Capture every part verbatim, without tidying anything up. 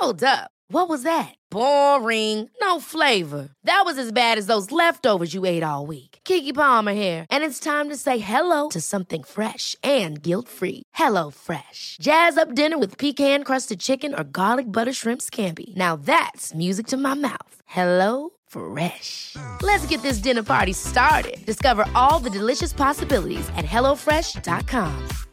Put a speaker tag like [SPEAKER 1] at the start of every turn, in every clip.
[SPEAKER 1] Hold up. What was that? Boring. No flavor. That was as bad as those leftovers you ate all week. Keke Palmer here, and it's time to say hello to something fresh and guilt-free. Hello Fresh. Jazz up dinner with pecan-crusted chicken or garlic butter shrimp scampi. Now that's music to my mouth. Hello Fresh. Let's get this dinner party started. Discover all the delicious possibilities at hello fresh dot com.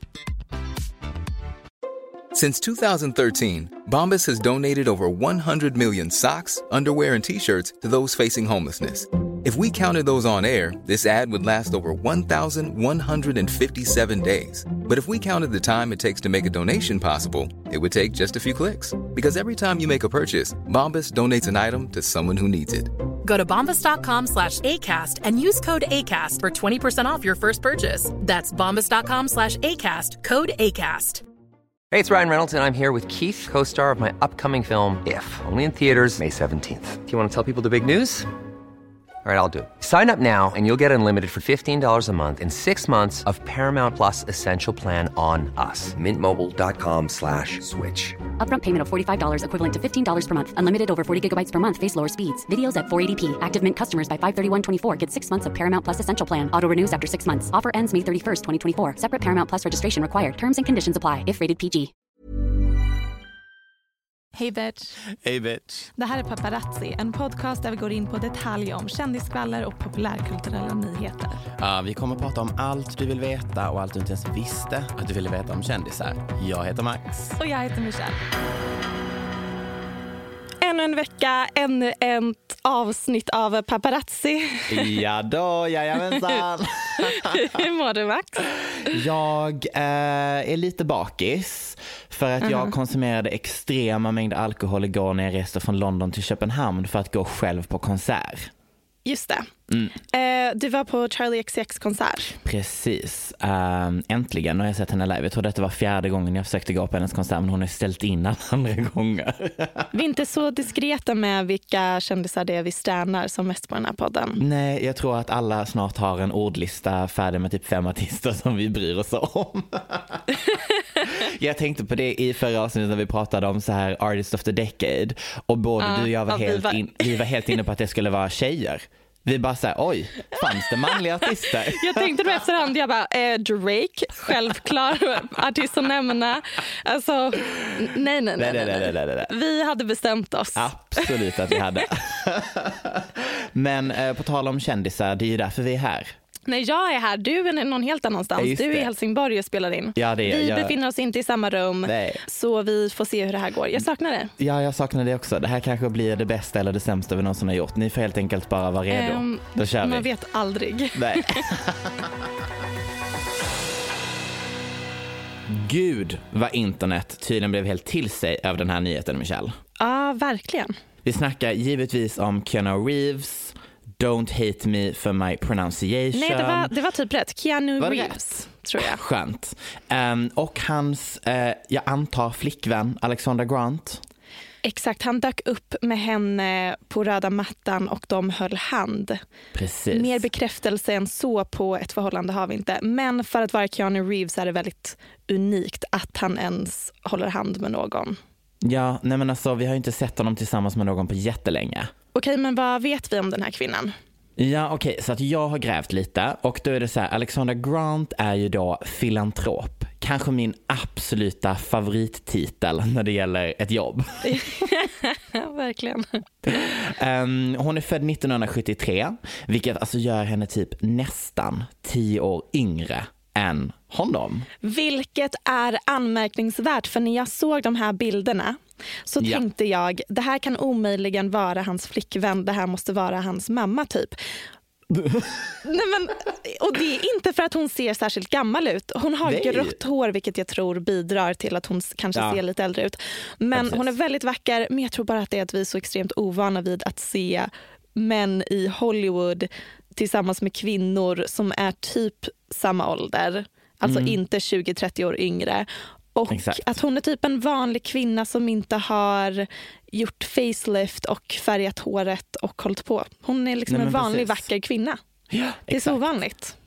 [SPEAKER 2] Since two thousand thirteen, Bombas has donated over one hundred million socks, underwear, and T-shirts to those facing homelessness. If we counted those on air, this ad would last over one thousand one hundred fifty-seven days. But if we counted the time it takes to make a donation possible, it would take just a few clicks. Because every time you make a purchase, Bombas donates an item to someone who needs it.
[SPEAKER 3] Go to bombas.com slash ACAST and use code ACAST for twenty percent off your first purchase. That's bombas.com slash ACAST, code ACAST.
[SPEAKER 4] Hey, it's Ryan Reynolds, and I'm here with Keith, co-star of my upcoming film, If, only in theaters May seventeenth. Do you want to tell people the big news? All right, I'll do it. Sign up now and you'll get unlimited for fifteen dollars a month and six months of Paramount Plus Essential Plan on us. Mint Mobile dot com slash switch.
[SPEAKER 5] Upfront payment of forty-five dollars equivalent to fifteen dollars per month. Unlimited over forty gigabytes per month. Face lower speeds. Videos at four eighty p. Active Mint customers by five thirty-one twenty-four get six months of Paramount Plus Essential Plan. Auto renews after six months. Offer ends May thirty-first, twenty twenty-four. Separate Paramount Plus registration required. Terms and conditions apply if rated P G.
[SPEAKER 6] Hej bitch.
[SPEAKER 7] Hej bitch.
[SPEAKER 6] Det här är Paparazzi, en podcast där vi går in på detaljer om kändisskvaller och populärkulturella nyheter.
[SPEAKER 7] Ja, vi kommer att prata om allt du vill veta och allt du inte ens visste att du ville veta om kändisar. Jag heter Max.
[SPEAKER 6] Och jag heter Michelle. Ännu en vecka, ännu ett avsnitt av Paparazzi.
[SPEAKER 7] Ja då, jajamensan.
[SPEAKER 6] Hur mår du, Max?
[SPEAKER 7] Jag eh, är lite bakis för att uh-huh. jag konsumerade extrema mängder alkohol igår när jag reste från London till Köpenhamn för att gå själv på konsert.
[SPEAKER 6] Just det.
[SPEAKER 7] Mm.
[SPEAKER 6] Eh, du var på Charlie X C X-konsert.
[SPEAKER 7] Precis. Um, äntligen har jag sett henne live. Jag tror detta var fjärde gången jag försökte gå på hennes konsert, men hon har ställt in alla andra gånger.
[SPEAKER 6] Vi är inte så diskreta med vilka kändisar det är vi stannar som mest på den här podden.
[SPEAKER 7] Nej, jag tror att alla snart har en ordlista färdig med typ fem artister som vi bryr oss om. Jag tänkte på det i förra avsnittet när vi pratade om så här Artist of the Decade. Och både uh, du och jag var, helt, vi var... In, vi var helt inne på att det skulle vara tjejer. Vi bara säger, oj, fanns det manliga artister?
[SPEAKER 6] Jag tänkte då efterhand, jag bara, eh, Drake, självklar artist att nämna. Alltså, nej, nej, nej, nej, nej, nej, nej. Vi hade bestämt oss.
[SPEAKER 7] Absolut att vi hade. Men eh, på tal om kändisar, det är ju därför vi är här.
[SPEAKER 6] Nej, jag är här. Du är någon helt annanstans.
[SPEAKER 7] Ja,
[SPEAKER 6] du är
[SPEAKER 7] det.
[SPEAKER 6] i Helsingborg och spelar in.
[SPEAKER 7] Ja, det är,
[SPEAKER 6] vi
[SPEAKER 7] jag...
[SPEAKER 6] befinner oss inte i samma rum.
[SPEAKER 7] Nej.
[SPEAKER 6] Så vi får se hur det här går. Jag saknar det.
[SPEAKER 7] Ja, jag saknar det också. Det här kanske blir det bästa eller det sämsta vi någonsin har gjort. Ni får helt enkelt bara vara redo. Um, Då kör vi.
[SPEAKER 6] Man vet aldrig.
[SPEAKER 7] Nej. Gud, vad internet tydligen blev helt till sig över den här nyheten, Michelle.
[SPEAKER 6] Ja, verkligen.
[SPEAKER 7] Vi snackar givetvis om Keanu Reeves. Don't hate me for my pronunciation.
[SPEAKER 6] Nej, det var, det var typ rätt. Keanu
[SPEAKER 7] var
[SPEAKER 6] Reeves, rätt? Tror jag.
[SPEAKER 7] Skönt. Um, och hans, uh, jag antar, flickvän Alexandra Grant.
[SPEAKER 6] Exakt, han dök upp med henne på röda mattan och de höll hand.
[SPEAKER 7] Precis.
[SPEAKER 6] Mer bekräftelse än så på ett förhållande har vi inte. Men för att vara Keanu Reeves är det väldigt unikt att han ens håller hand med någon.
[SPEAKER 7] Ja, nej men alltså, vi har ju inte sett honom tillsammans med någon på jättelänge.
[SPEAKER 6] Okej, men vad vet vi om den här kvinnan?
[SPEAKER 7] Ja, okej, så att jag har grävt lite och då är det så här, Alexandra Grant är ju då filantrop. Kanske min absoluta favorittitel när det gäller ett jobb.
[SPEAKER 6] Verkligen.
[SPEAKER 7] Um, hon är född nittonhundrasjuttiotre, vilket alltså gör henne typ nästan tio år yngre än honom.
[SPEAKER 6] Vilket är anmärkningsvärt, för när jag såg de här bilderna så ja. tänkte jag, det här kan omöjligen vara hans flickvän, det här måste vara hans mamma typ. Nej, men, och det är inte för att hon ser särskilt gammal ut. Hon har Nej. grått hår, vilket jag tror bidrar till att hon kanske ja. ser lite äldre ut. Men ja, hon är väldigt vacker, men jag tror bara att det är att vi är så extremt ovana vid att se män i Hollywood tillsammans med kvinnor som är typ samma ålder. Alltså mm. inte tjugo till trettio år yngre. Och Exakt. att hon är typ en vanlig kvinna som inte har gjort facelift och färgat håret och hållit på. Hon är liksom Nej, en vanlig precis. vacker kvinna.
[SPEAKER 7] Ja,
[SPEAKER 6] det är så ovanligt.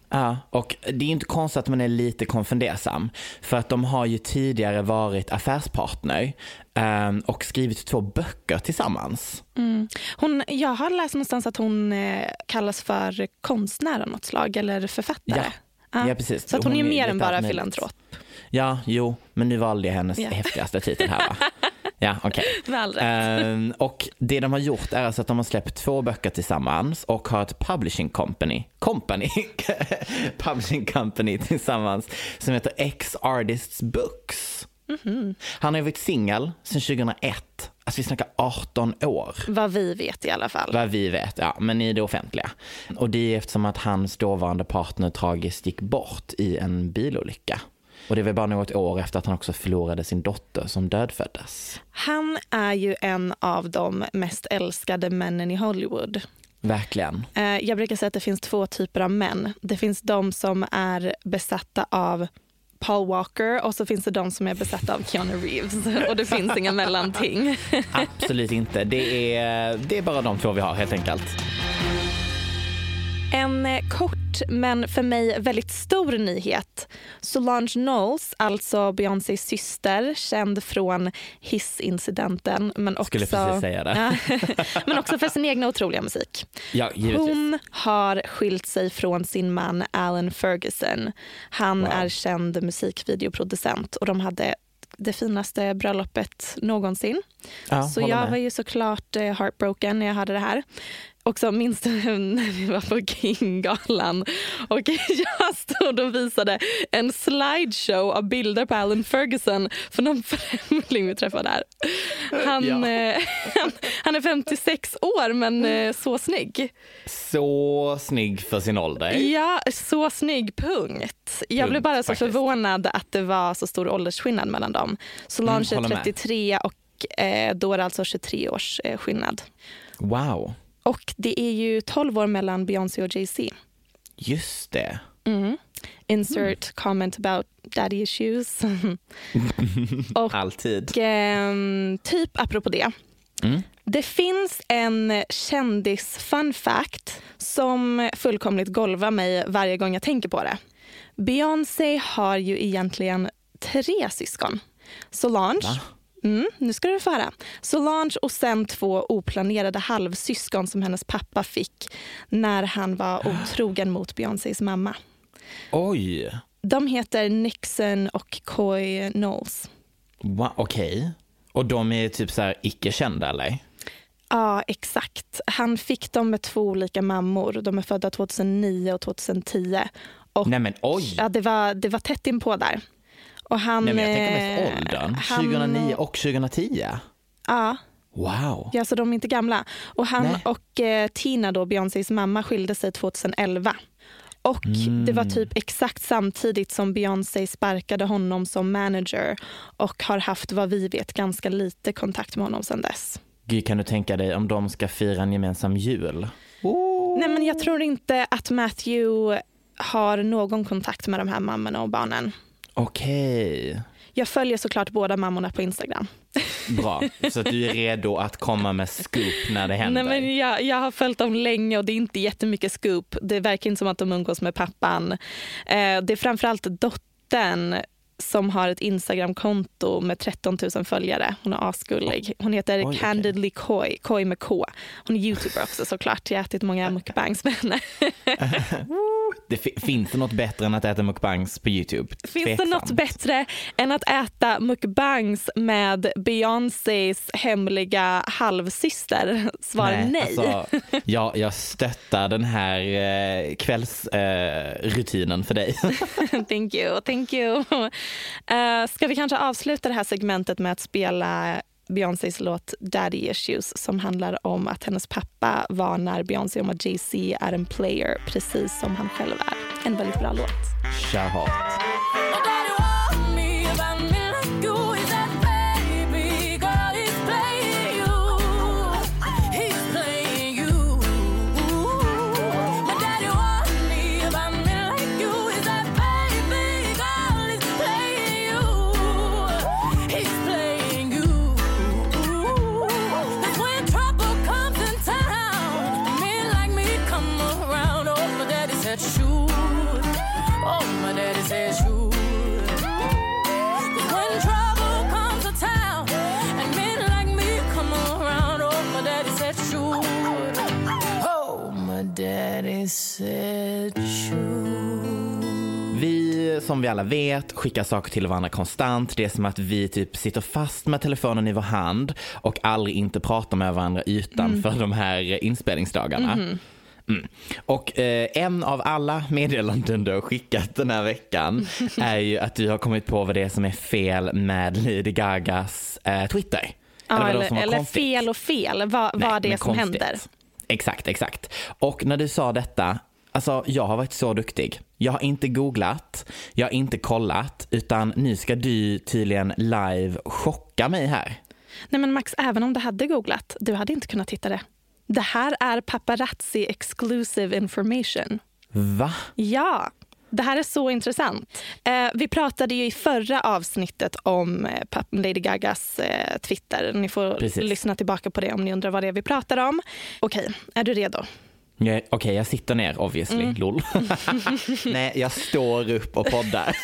[SPEAKER 7] Ja, och det är inte konstigt att man är lite konfundersam. För att de har ju tidigare varit affärspartner um, och skrivit två böcker tillsammans.
[SPEAKER 6] Mm. Hon, jag har läst någonstans att hon eh, kallas för konstnär av något slag eller författare.
[SPEAKER 7] Ja, ja. ja precis.
[SPEAKER 6] Så att hon, hon är mer
[SPEAKER 7] är
[SPEAKER 6] än bara filantrop.
[SPEAKER 7] Ja, jo, men nu valde jag hennes ja. häftigaste titel här, va? Ja, okej. Okay. Um, och det de har gjort är alltså att de har släppt två böcker tillsammans och har ett publishing company company publishing company tillsammans som heter X Artists Books. Mm-hmm. Han har ju varit singel sedan tjugohundraett. Alltså vi snackar arton år.
[SPEAKER 6] Vad vi vet i alla fall.
[SPEAKER 7] Vad vi vet, ja. Men i det offentliga. Och det är eftersom att hans dåvarande partner tragiskt gick bort i en bilolycka. Och det var bara något år efter att han också förlorade sin dotter som dödföddes.
[SPEAKER 6] Han är ju en av de mest älskade männen i Hollywood.
[SPEAKER 7] Verkligen.
[SPEAKER 6] Jag brukar säga att det finns två typer av män. Det finns de som är besatta av Paul Walker och så finns det de som är besatta av Keanu Reeves. Och det finns inga mellanting.
[SPEAKER 7] Absolut inte. Det är, det är bara de två vi har helt enkelt.
[SPEAKER 6] En kort men för mig väldigt stor nyhet. Solange Knowles, alltså Beyoncés syster, känd från Hiss-incidenten. Men också,
[SPEAKER 7] skulle precis säga det.
[SPEAKER 6] Men också för sin egna otroliga musik.
[SPEAKER 7] Ja,
[SPEAKER 6] hon har skilt sig från sin man Alan Ferguson. Han wow. är känd musikvideoproducent och de hade det finaste bröllopet någonsin. Ja, så jag med. var ju såklart heartbroken när jag hörde det här. Också minst när vi var på King-galan och jag stod och visade en slideshow av bilder på Alan Ferguson för någon främling vi träffade där. Han, ja. eh, han, han är femtiosex år men eh, så snygg.
[SPEAKER 7] Så snygg för sin ålder.
[SPEAKER 6] Ja, så snygg, punkt. Jag punkt, blev bara så faktiskt. förvånad att det var så stor åldersskillnad mellan dem. Solange mm, är trettiotre och eh, då är det alltså tjugotre års eh, skillnad.
[SPEAKER 7] Wow.
[SPEAKER 6] Och det är ju tolv år mellan Beyoncé och Jay-Z.
[SPEAKER 7] Just det.
[SPEAKER 6] Mm. Insert mm. comment about daddy issues. och,
[SPEAKER 7] Alltid.
[SPEAKER 6] Eh, typ apropå det.
[SPEAKER 7] Mm.
[SPEAKER 6] Det finns en kändis fun fact som fullkomligt golvar mig varje gång jag tänker på det. Beyoncé har ju egentligen tre syskon. Solange... Va? Mm, nu ska du få höra. Solange och sen två oplanerade halvsyskon som hennes pappa fick när han var otrogen mot Beyoncés mamma.
[SPEAKER 7] Oj!
[SPEAKER 6] De heter Nixon och Coy Knowles.
[SPEAKER 7] Wow, okej. Okay. Och de är typ så här icke-kända, eller?
[SPEAKER 6] Ja, exakt. Han fick dem med två olika mammor. De är födda tjugohundranio och tjugohundratio. Och
[SPEAKER 7] nej men oj!
[SPEAKER 6] Ja, det var, det var tätt in på där. Och han,
[SPEAKER 7] nej, men jag tänker mest åldern. Han, tjugohundranio och tjugohundratio.
[SPEAKER 6] Ja.
[SPEAKER 7] Wow.
[SPEAKER 6] Ja, så de är inte gamla. Och han nej. och eh, Tina då, Beyoncés mamma, skilde sig tjugoelva. Och mm. det var typ exakt samtidigt som Beyoncé sparkade honom som manager och har haft vad vi vet ganska lite kontakt med honom sedan dess.
[SPEAKER 7] Gud, kan du tänka dig om de ska fira en gemensam jul?
[SPEAKER 6] Oh. Nej, men jag tror inte att Matthew har någon kontakt med de här mammorna och barnen.
[SPEAKER 7] Okej. Okay.
[SPEAKER 6] Jag följer såklart båda mammorna på Instagram.
[SPEAKER 7] Bra, så att du är redo att komma med scoop när det händer.
[SPEAKER 6] Nej, men jag, jag har följt dem länge och det är inte jättemycket scoop. Det verkar inte som att de umgås med pappan. Eh, det är framförallt dottern som har ett Instagram-konto med tretton tusen följare. Hon är asgullig. Hon heter Oj, Candidly okay. Coy, Coy med K. Hon är YouTuber också såklart. Jag har ätit många mukbangs med henne.
[SPEAKER 7] Det f- finns det något bättre än att äta mukbangs på YouTube?
[SPEAKER 6] Finns Tveksamt. det något bättre än att äta mukbangs med Beyoncés hemliga halvsyster? Svar nej. nej.
[SPEAKER 7] Alltså, jag, jag stöttar den här eh, kvällsrutinen eh, för dig.
[SPEAKER 6] Thank you, thank you. Uh, ska vi kanske avsluta det här segmentet med att spela Beyoncés låt Daddy Issues som handlar om att hennes pappa varnar Beyoncé om att Jay-Z är en player precis som han själv är. En väldigt bra låt.
[SPEAKER 7] Kör hårt. som vi alla vet skickar saker till varandra konstant. Det är som att vi typ sitter fast med telefonen i vår hand och aldrig inte pratar med varandra utanför mm. de här inspelningsdagarna. Mm. Mm. Och eh, en av alla meddelanden du har skickat den här veckan är ju att du har kommit på vad det är som är fel med Lady Gagas eh, Twitter.
[SPEAKER 6] Ja, eller eller, eller fel och fel, vad, Nej, vad det är som konstigt. händer.
[SPEAKER 7] Exakt, exakt. Och när du sa detta, alltså jag har varit så duktig. Jag har inte googlat, jag har inte kollat, utan nu ska du tydligen live chocka mig här.
[SPEAKER 6] Nej men Max, även om du hade googlat, du hade inte kunnat hitta det. Det här är paparazzi exclusive information.
[SPEAKER 7] Va?
[SPEAKER 6] Ja, det här är så intressant. Eh, vi pratade ju i förra avsnittet om eh, Lady Gagas eh, Twitter. Ni får Precis. lyssna tillbaka på det om ni undrar vad det är vi pratar om. Okej, är du redo?
[SPEAKER 7] Ja, Okej, okay, jag sitter ner obviously, mm. lol. Nej, jag står upp och poddar.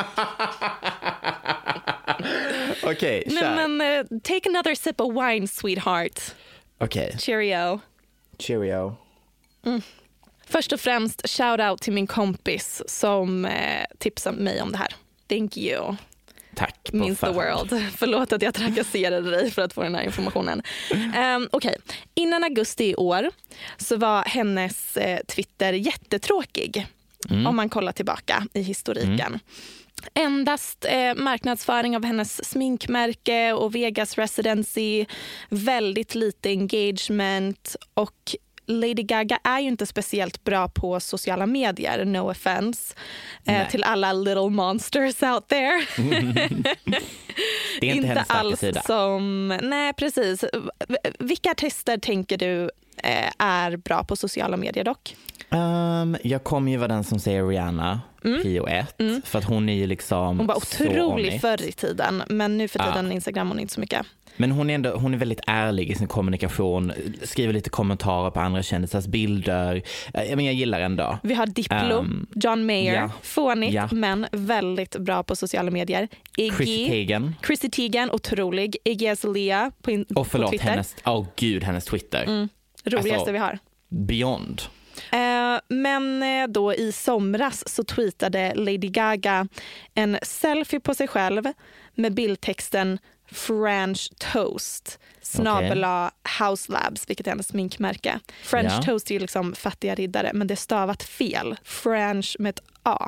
[SPEAKER 7] Okej, okay, kör.
[SPEAKER 6] Men, men uh, take another sip of wine, sweetheart.
[SPEAKER 7] Okej. Okay.
[SPEAKER 6] Cheerio.
[SPEAKER 7] Cheerio.
[SPEAKER 6] Mm. Först och främst, shout out till min kompis som eh, tipsade mig om det här. Thank you.
[SPEAKER 7] Tack.
[SPEAKER 6] Means the world. Förlåt att jag trakasserade dig för att få den här informationen. Um, Okej, okay. Innan augusti i år så var hennes eh, Twitter jättetråkig. Mm. Om man kollar tillbaka i historiken. Mm. Endast eh, marknadsföring av hennes sminkmärke och Vegas residency, väldigt lite engagement, och Lady Gaga är ju inte speciellt bra på sociala medier, no offense eh, till alla little monsters out there.
[SPEAKER 7] Det är inte, inte hennes
[SPEAKER 6] alls
[SPEAKER 7] sida.
[SPEAKER 6] Som, nej precis. Vilka artister tänker du eh, är bra på sociala medier dock?
[SPEAKER 7] Um, jag kommer ju vara den som säger Rihanna, mm. prio ett, mm. för att hon är ju liksom
[SPEAKER 6] hon var otrolig förr i tiden, men nu för tiden ja. Instagram hon inte så mycket.
[SPEAKER 7] Men hon är, ändå, hon är väldigt ärlig i sin kommunikation, skriver lite kommentarer på andra kändisars bilder. Jag, men jag gillar ändå.
[SPEAKER 6] Vi har Diplo, um, John Mayer, ja. fånigt ja. men väldigt bra på sociala medier. Iggy,
[SPEAKER 7] Chrissy Teigen.
[SPEAKER 6] Chrissy Teigen, otrolig. Iggy Azalea på, in,
[SPEAKER 7] Och förlåt,
[SPEAKER 6] på Twitter.
[SPEAKER 7] hennes, oh gud, hennes Twitter.
[SPEAKER 6] Mm. Roligaste alltså, vi har.
[SPEAKER 7] Beyond.
[SPEAKER 6] Eh, men då i somras så tweetade Lady Gaga en selfie på sig själv med bildtexten French Toast snabela okay. House Labs, vilket är hennes sminkmärke. French ja. Toast är ju liksom fattiga riddare, men det är stavat fel. French med ett A.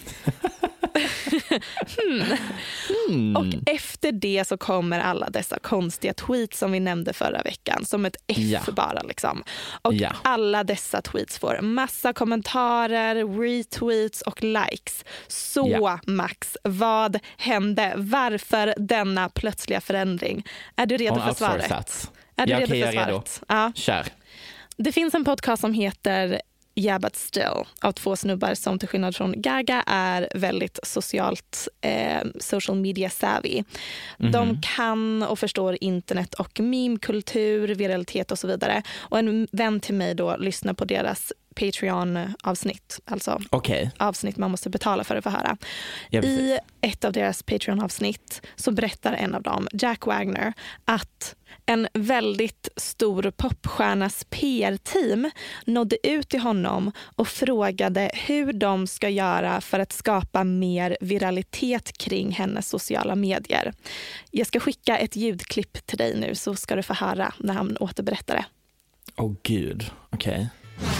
[SPEAKER 6] hmm. Mm. Och efter det så kommer alla dessa konstiga tweets som vi nämnde förra veckan, som ett F ja. bara liksom. Och ja. alla dessa tweets får massa kommentarer, retweets och likes. Så ja. Max, vad hände? Varför denna plötsliga förändring? Är du redo för svaret? Är du
[SPEAKER 7] ja,
[SPEAKER 6] redo
[SPEAKER 7] okay,
[SPEAKER 6] för svaret?
[SPEAKER 7] Redo.
[SPEAKER 6] Ja.
[SPEAKER 7] Kör.
[SPEAKER 6] Det finns en podcast som heter Yeah But Still av två snubbar som till skillnad från Gaga är väldigt socialt eh, social media savvy. Mm-hmm. De kan och förstår internet och meme-kultur, viralitet och så vidare. Och en vän till mig då lyssnar på deras Patreon-avsnitt. Alltså
[SPEAKER 7] okay.
[SPEAKER 6] avsnitt man måste betala för att få höra. Ja, I ett av deras Patreon-avsnitt så berättar en av dem, Jack Wagner, att en väldigt stor popstjärnas P R-team nådde ut till honom och frågade hur de ska göra för att skapa mer viralitet kring hennes sociala medier. Jag ska skicka ett ljudklipp till dig nu så ska du få höra när han återberättar det.
[SPEAKER 7] Åh oh, gud, okej. Okay.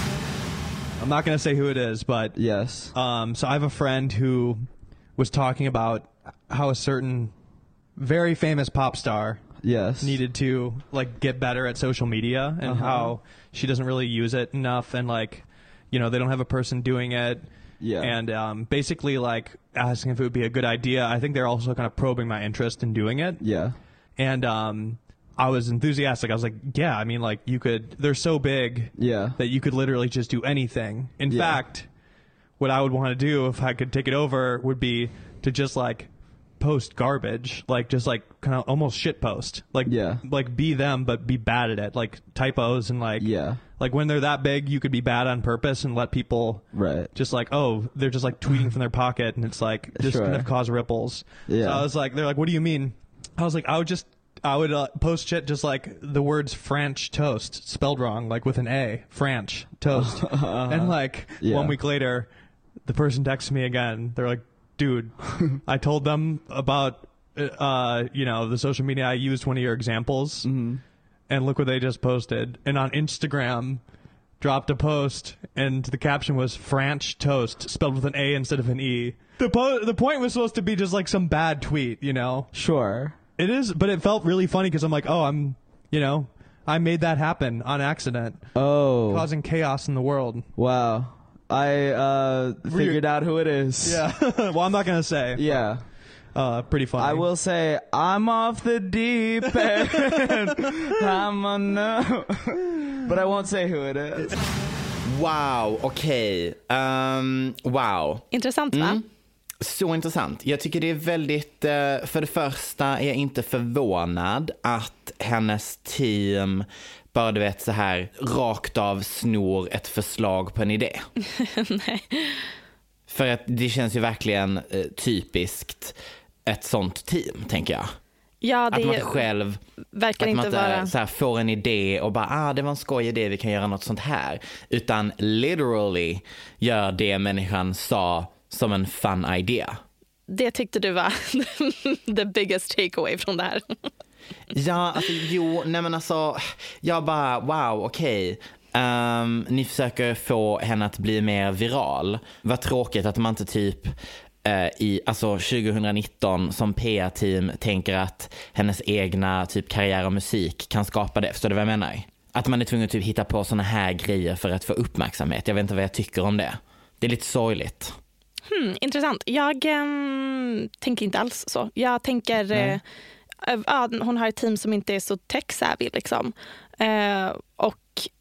[SPEAKER 8] I'm not going to say who it is, but yes. Um, so I have a friend who was talking about how a certain very famous pop star yes. needed to like get better at social media and uh-huh. how she doesn't really use it enough and like, you know, they don't have a person doing it. Yeah. And um, basically like asking if it would be a good idea. I think they're also kind of probing my interest in doing it.
[SPEAKER 9] Yeah.
[SPEAKER 8] And um I was enthusiastic. I was like, yeah, I mean, like, you could, they're so big yeah. that you could literally just do anything. In yeah. fact, what I would want to do if I could take it over would be to just, like, post garbage. Like, just, like, kind of almost shit post. Like, yeah. like, be them, but be bad at it. Like, typos and, like,
[SPEAKER 9] yeah.
[SPEAKER 8] like, when they're that big, you could be bad on purpose and let people
[SPEAKER 9] right.
[SPEAKER 8] just, like, oh, they're just, like, tweeting from their pocket, and it's, like, just
[SPEAKER 9] sure.
[SPEAKER 8] kind of cause ripples.
[SPEAKER 9] Yeah.
[SPEAKER 8] So I was like, they're like, what do you mean? I was like, I would just... I would uh, post shit just like the words French toast spelled wrong, like with an A, French toast. uh-huh. And like yeah. one week later, the person texts me again. They're like, dude, I told them about, uh, you know, the social media. I used one of your examples, mm-hmm. and look what they just posted. And on Instagram, dropped a post, and the caption was French toast, spelled with an A instead of an E. The po- the point was supposed to be just like some bad tweet, you know?
[SPEAKER 9] Sure.
[SPEAKER 8] It is, but it felt really funny because I'm like, oh, I'm, you know, I made that happen on accident.
[SPEAKER 9] Oh.
[SPEAKER 8] Causing chaos in the world.
[SPEAKER 9] Wow. I uh, figured out who it is.
[SPEAKER 8] Yeah. Well, I'm not going to say.
[SPEAKER 9] Yeah.
[SPEAKER 8] Uh, pretty funny.
[SPEAKER 9] I will say, I'm off the deep end. I'm a no. But I won't say who it is.
[SPEAKER 7] Wow, okej. Okay. Um, wow.
[SPEAKER 6] Intressant, va?
[SPEAKER 7] Mm. Så intressant. Jag tycker det är väldigt, uh, för det första är jag inte förvånad att hennes team bara, du vet, så här rakt av snor ett förslag på en idé.
[SPEAKER 6] Nej.
[SPEAKER 7] För att det känns ju verkligen uh, typiskt ett sånt team, tänker jag.
[SPEAKER 6] Ja, det
[SPEAKER 7] att man inte själv
[SPEAKER 6] verkar
[SPEAKER 7] att man
[SPEAKER 6] inte
[SPEAKER 7] inte
[SPEAKER 6] vara...
[SPEAKER 7] så här, får en idé och bara, ah, det var en skoj idé, vi kan göra något sånt här. Utan literally gör det människan sa som en fun idea.
[SPEAKER 6] Det tyckte du var the biggest takeaway från det här.
[SPEAKER 7] Ja, alltså jo, nej men alltså, jag bara, wow, okej. Okay. Um, ni försöker få henne att bli mer viral. Vad tråkigt att man inte typ i alltså tjugonitton som P R-team tänker att hennes egna typ karriär och musik kan skapa det. Förstår du vad jag menar? Att man är tvungen att typ hitta på såna här grejer för att få uppmärksamhet. Jag vet inte vad jag tycker om det. Det är lite sorgligt.
[SPEAKER 6] Hmm, intressant. Jag ähm, tänker inte alls så. Jag tänker äh, äh, hon har ett team som inte är så tech-savvy liksom. Äh, och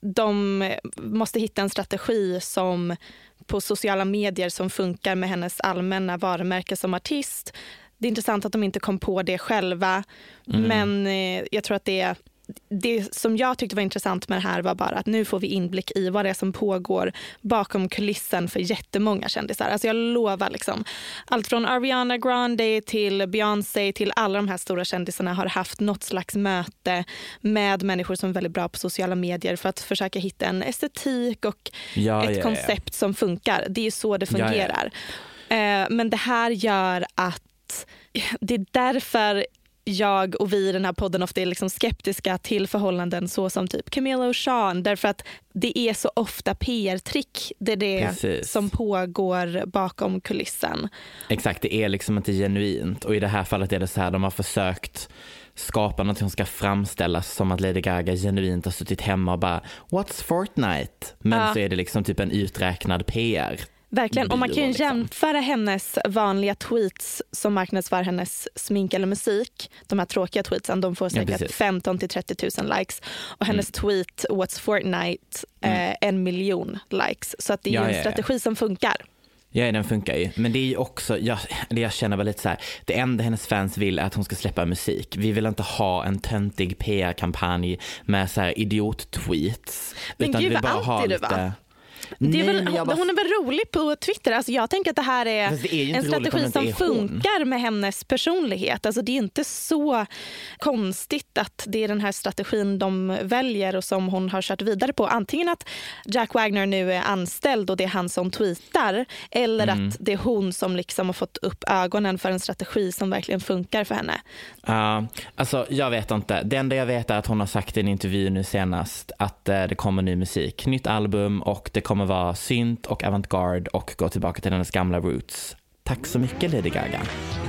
[SPEAKER 6] de måste hitta en strategi som på sociala medier som funkar med hennes allmänna varumärke som artist. Det är intressant att de inte kom på det själva. Mm. Men eh, jag tror att det, det som jag tyckte var intressant med det här var bara att nu får vi inblick i vad det är som pågår bakom kulissen för jättemånga kändisar. Alltså jag lovar liksom. Allt från Ariana Grande till Beyoncé till alla de här stora kändisarna har haft något slags möte med människor som är väldigt bra på sociala medier för att försöka hitta en estetik och
[SPEAKER 7] ja,
[SPEAKER 6] ett
[SPEAKER 7] ja,
[SPEAKER 6] koncept
[SPEAKER 7] ja.
[SPEAKER 6] som funkar. Det är ju så det fungerar. Ja, ja. Eh, men det här gör att det är därför jag och vi i den här podden ofta är liksom skeptiska till förhållanden så som typ Camilla och Sean, därför att det är så ofta P R-trick. Det är det Precis. Som pågår bakom kulissen.
[SPEAKER 7] Exakt, det är liksom inte genuint. Och i det här fallet är det så här, de har försökt skapa något som ska framställas som att Lady Gaga genuint har suttit hemma och bara, what's Fortnite? Men ja. Så är det liksom typ en uträknad P R.
[SPEAKER 6] Verkligen, och man kan ju
[SPEAKER 7] liksom.
[SPEAKER 6] jämföra hennes vanliga tweets som marknadsför hennes smink eller musik. De här tråkiga tweetsen, de får säkert ja, femton till trettio tusen likes. Och hennes mm. tweet, What's Fortnite, mm. eh, en miljon likes. Så att det är ja, ju en ja, strategi ja. Som funkar.
[SPEAKER 7] Ja, den funkar ju. Men det är ju också, jag, jag känner väl lite så här, det enda hennes fans vill är att hon ska släppa musik. Vi vill inte ha en töntig P R-kampanj med så här idiot-tweets.
[SPEAKER 6] Men
[SPEAKER 7] utan
[SPEAKER 6] gud,
[SPEAKER 7] vi vill bara ha
[SPEAKER 6] lite...
[SPEAKER 7] Va?
[SPEAKER 6] Det är väl,
[SPEAKER 7] Nej, bara...
[SPEAKER 6] Hon är väl rolig på Twitter. Alltså jag tänker att det här är,
[SPEAKER 7] det är
[SPEAKER 6] en strategi som funkar med hennes personlighet. Alltså det är inte så konstigt att det är den här strategin de väljer och som hon har kört vidare på. Antingen att Jack Wagner nu är anställd och det är han som tweetar, eller mm. att det är hon som liksom har fått upp ögonen för en strategi som verkligen funkar för henne.
[SPEAKER 7] Ja, uh, alltså jag vet inte. Det enda jag vet är att hon har sagt i en intervju nu senast att uh, det kommer ny musik, nytt album, och det kommer vara synt och avantgarde och gå tillbaka till hennes gamla roots. Tack så mycket, Lady Gaga.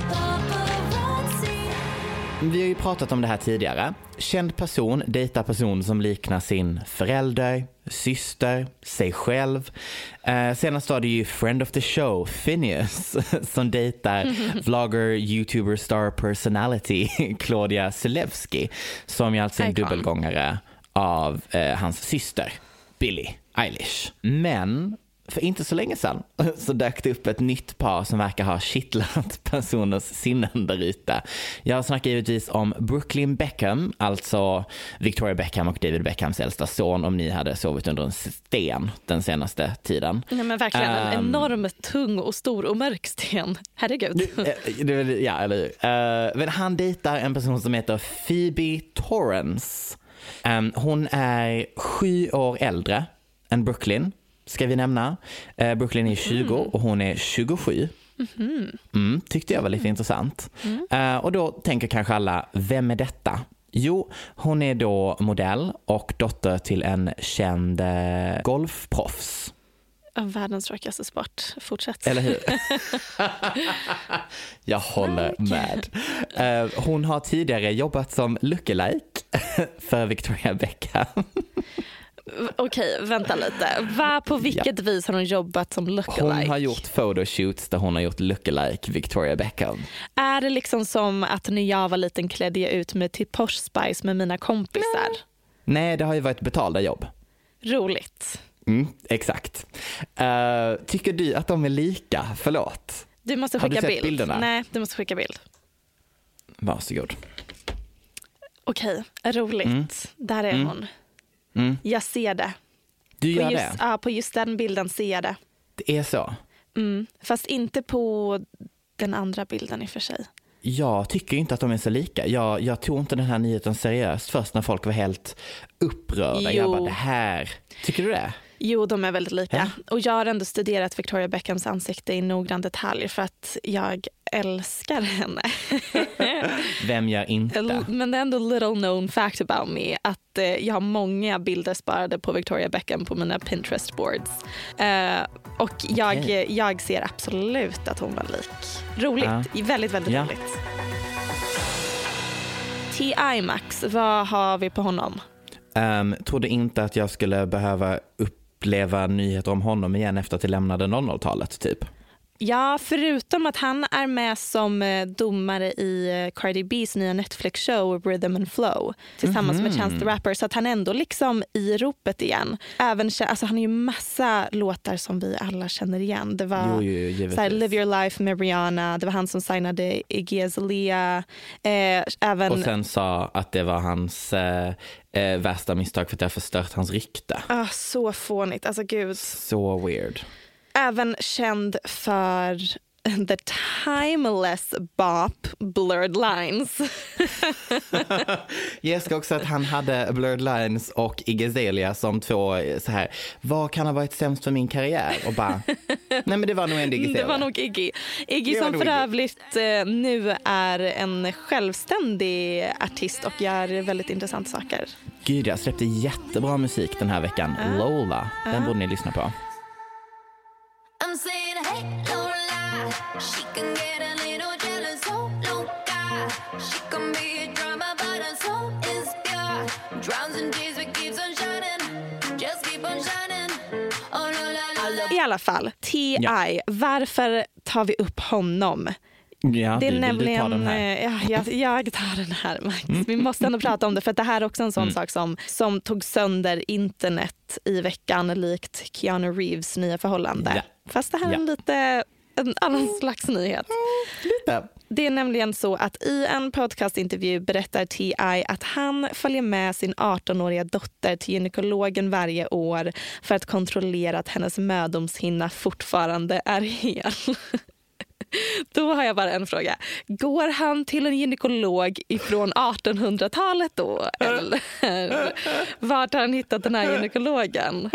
[SPEAKER 7] Vi har ju pratat om det här tidigare. Känd person dejtar person som liknar sin förälder, syster, sig själv. Eh, senast var det ju friend of the show, Phineas, som dejtar mm-hmm. vlogger, youtuber, star personality Claudia Zalewski, som är alltså en Icon. dubbelgångare av eh, hans syster, Billie Eilish. Men för inte så länge sedan så dök det upp ett nytt par som verkar ha kittlat personers sinnen där ute. Jag snackar givetvis om Brooklyn Beckham, alltså Victoria Beckham och David Beckhams äldsta son, om ni hade sovit under en sten den senaste tiden.
[SPEAKER 6] Nej, men verkligen en um, enormt tung och stor och mörk sten. Herregud.
[SPEAKER 7] Ja, eller uh, men han dejtar en person som heter Phoebe Torrance. Um, hon är sju år äldre än Brooklyn, ska vi nämna. Uh, Brooklyn är tjugo mm. och hon är tjugosju.
[SPEAKER 6] Mm-hmm.
[SPEAKER 7] Mm, tyckte jag var lite mm. intressant. Mm. Uh, och då tänker kanske alla, vem är detta? Jo, hon är då modell och dotter till en känd uh, golfproffs.
[SPEAKER 6] Världens tråkigaste sport. Fortsätt.
[SPEAKER 7] Eller hur? Jag håller med. Uh, hon har tidigare jobbat som lookalike för Victoria Beckham.
[SPEAKER 6] Okej, vänta lite. Vad på vilket ja. vis har hon jobbat som lookalike?
[SPEAKER 7] Hon har gjort photoshoots där hon har gjort lookalike Victoria Beckham.
[SPEAKER 6] Är det liksom som att när jag var liten klädde jag ut mig till Posh Spice med mina kompisar?
[SPEAKER 7] Nej, Nej det har ju varit betalda jobb.
[SPEAKER 6] Roligt.
[SPEAKER 7] Mm, exakt. Uh, tycker du att de är lika? Förlåt.
[SPEAKER 6] Du måste skicka
[SPEAKER 7] har du sett
[SPEAKER 6] bild.
[SPEAKER 7] Bilderna?
[SPEAKER 6] Nej, du måste skicka bild.
[SPEAKER 7] Varsågod.
[SPEAKER 6] Okej, roligt. Mm. Där är mm. hon. Mm. Jag ser det.
[SPEAKER 7] Du gör
[SPEAKER 6] på just,
[SPEAKER 7] det?
[SPEAKER 6] Ja, på just den bilden ser jag det.
[SPEAKER 7] Det är så?
[SPEAKER 6] Mm. Fast inte på den andra bilden i och för sig.
[SPEAKER 7] Jag tycker inte att de är så lika. Jag, jag tog inte den här nyheten seriöst först när folk var helt upprörda. Jo. Jag bara, det här. Tycker du det?
[SPEAKER 6] Jo, de är väldigt lika. Ja. Och jag har ändå studerat Victoria Beckhams ansikte i noggrann detalj för att jag älskar henne.
[SPEAKER 7] Vem gör inte?
[SPEAKER 6] Men det är ändå little known fact about me att eh, jag har många bilder sparade på Victoria Beckham på mina Pinterest boards. Eh, och jag, okay. jag ser absolut att hon var lik. Roligt, ja. väldigt, väldigt ja. roligt. T I Max, vad har vi på honom?
[SPEAKER 7] Um, trodde inte att jag skulle behöva uppleva nyheter om honom igen efter att jag lämnade noll noll-talet typ.
[SPEAKER 6] Ja, förutom att han är med som domare i Cardi B's nya Netflix-show Rhythm and Flow tillsammans mm-hmm. med Chance the Rapper, så att han ändå liksom i ropet igen. Även, alltså han har ju massa låtar som vi alla känner igen. Det var jo, jo, såhär, Live Your Life med Rihanna, det var han som signade Iggy Azalea. Eh, även...
[SPEAKER 7] Och sen sa att det var hans eh, eh, värsta misstag för att det har förstört hans rykte.
[SPEAKER 6] Ah, så fånigt, alltså gud.
[SPEAKER 7] Så weird.
[SPEAKER 6] Även känd för the timeless bop Blurred Lines.
[SPEAKER 7] Jag ska också att han hade Blurred Lines och Iggy Azalea som två så här. Vad kan ha varit sämst för min karriär? Och bara, nej men det var nog en Iggy Azalea.
[SPEAKER 6] Det var nog Iggy. Iggy som för övrigt nu är en självständig artist och gör väldigt intressanta saker.
[SPEAKER 7] Gud, jag släppte jättebra musik den här veckan. Uh. Lola, den uh. borde ni lyssna på.
[SPEAKER 10] I'm saying hey Lola, she can get a little jealous, so loca. She can be a drama but her soul is pure. Drowns in tears but keeps on shining, just keep on shining. Oh Lola, Lola.
[SPEAKER 6] I alla fall, T I, ja. Varför tar vi upp honom?
[SPEAKER 7] Ja,
[SPEAKER 6] det är
[SPEAKER 7] du,
[SPEAKER 6] nämligen,
[SPEAKER 7] du tar den här.
[SPEAKER 6] Ja, jag, jag tar den här, Max. Vi måste ändå prata om det för att det här är också en sån mm. sak som, som tog sönder internet i veckan likt Keanu Reeves nya förhållande. Ja. Fast det här är ja. lite en annan slags nyhet.
[SPEAKER 7] Lite.
[SPEAKER 6] Det är nämligen så att i en podcastintervju berättar T I att han följer med sin arton-åriga dotter till gynekologen varje år för att kontrollera att hennes mödomshinna fortfarande är hel. Då har jag bara en fråga. Går han till en gynekolog ifrån artonhundratalet då? Eller vart har han hittat den här gynekologen?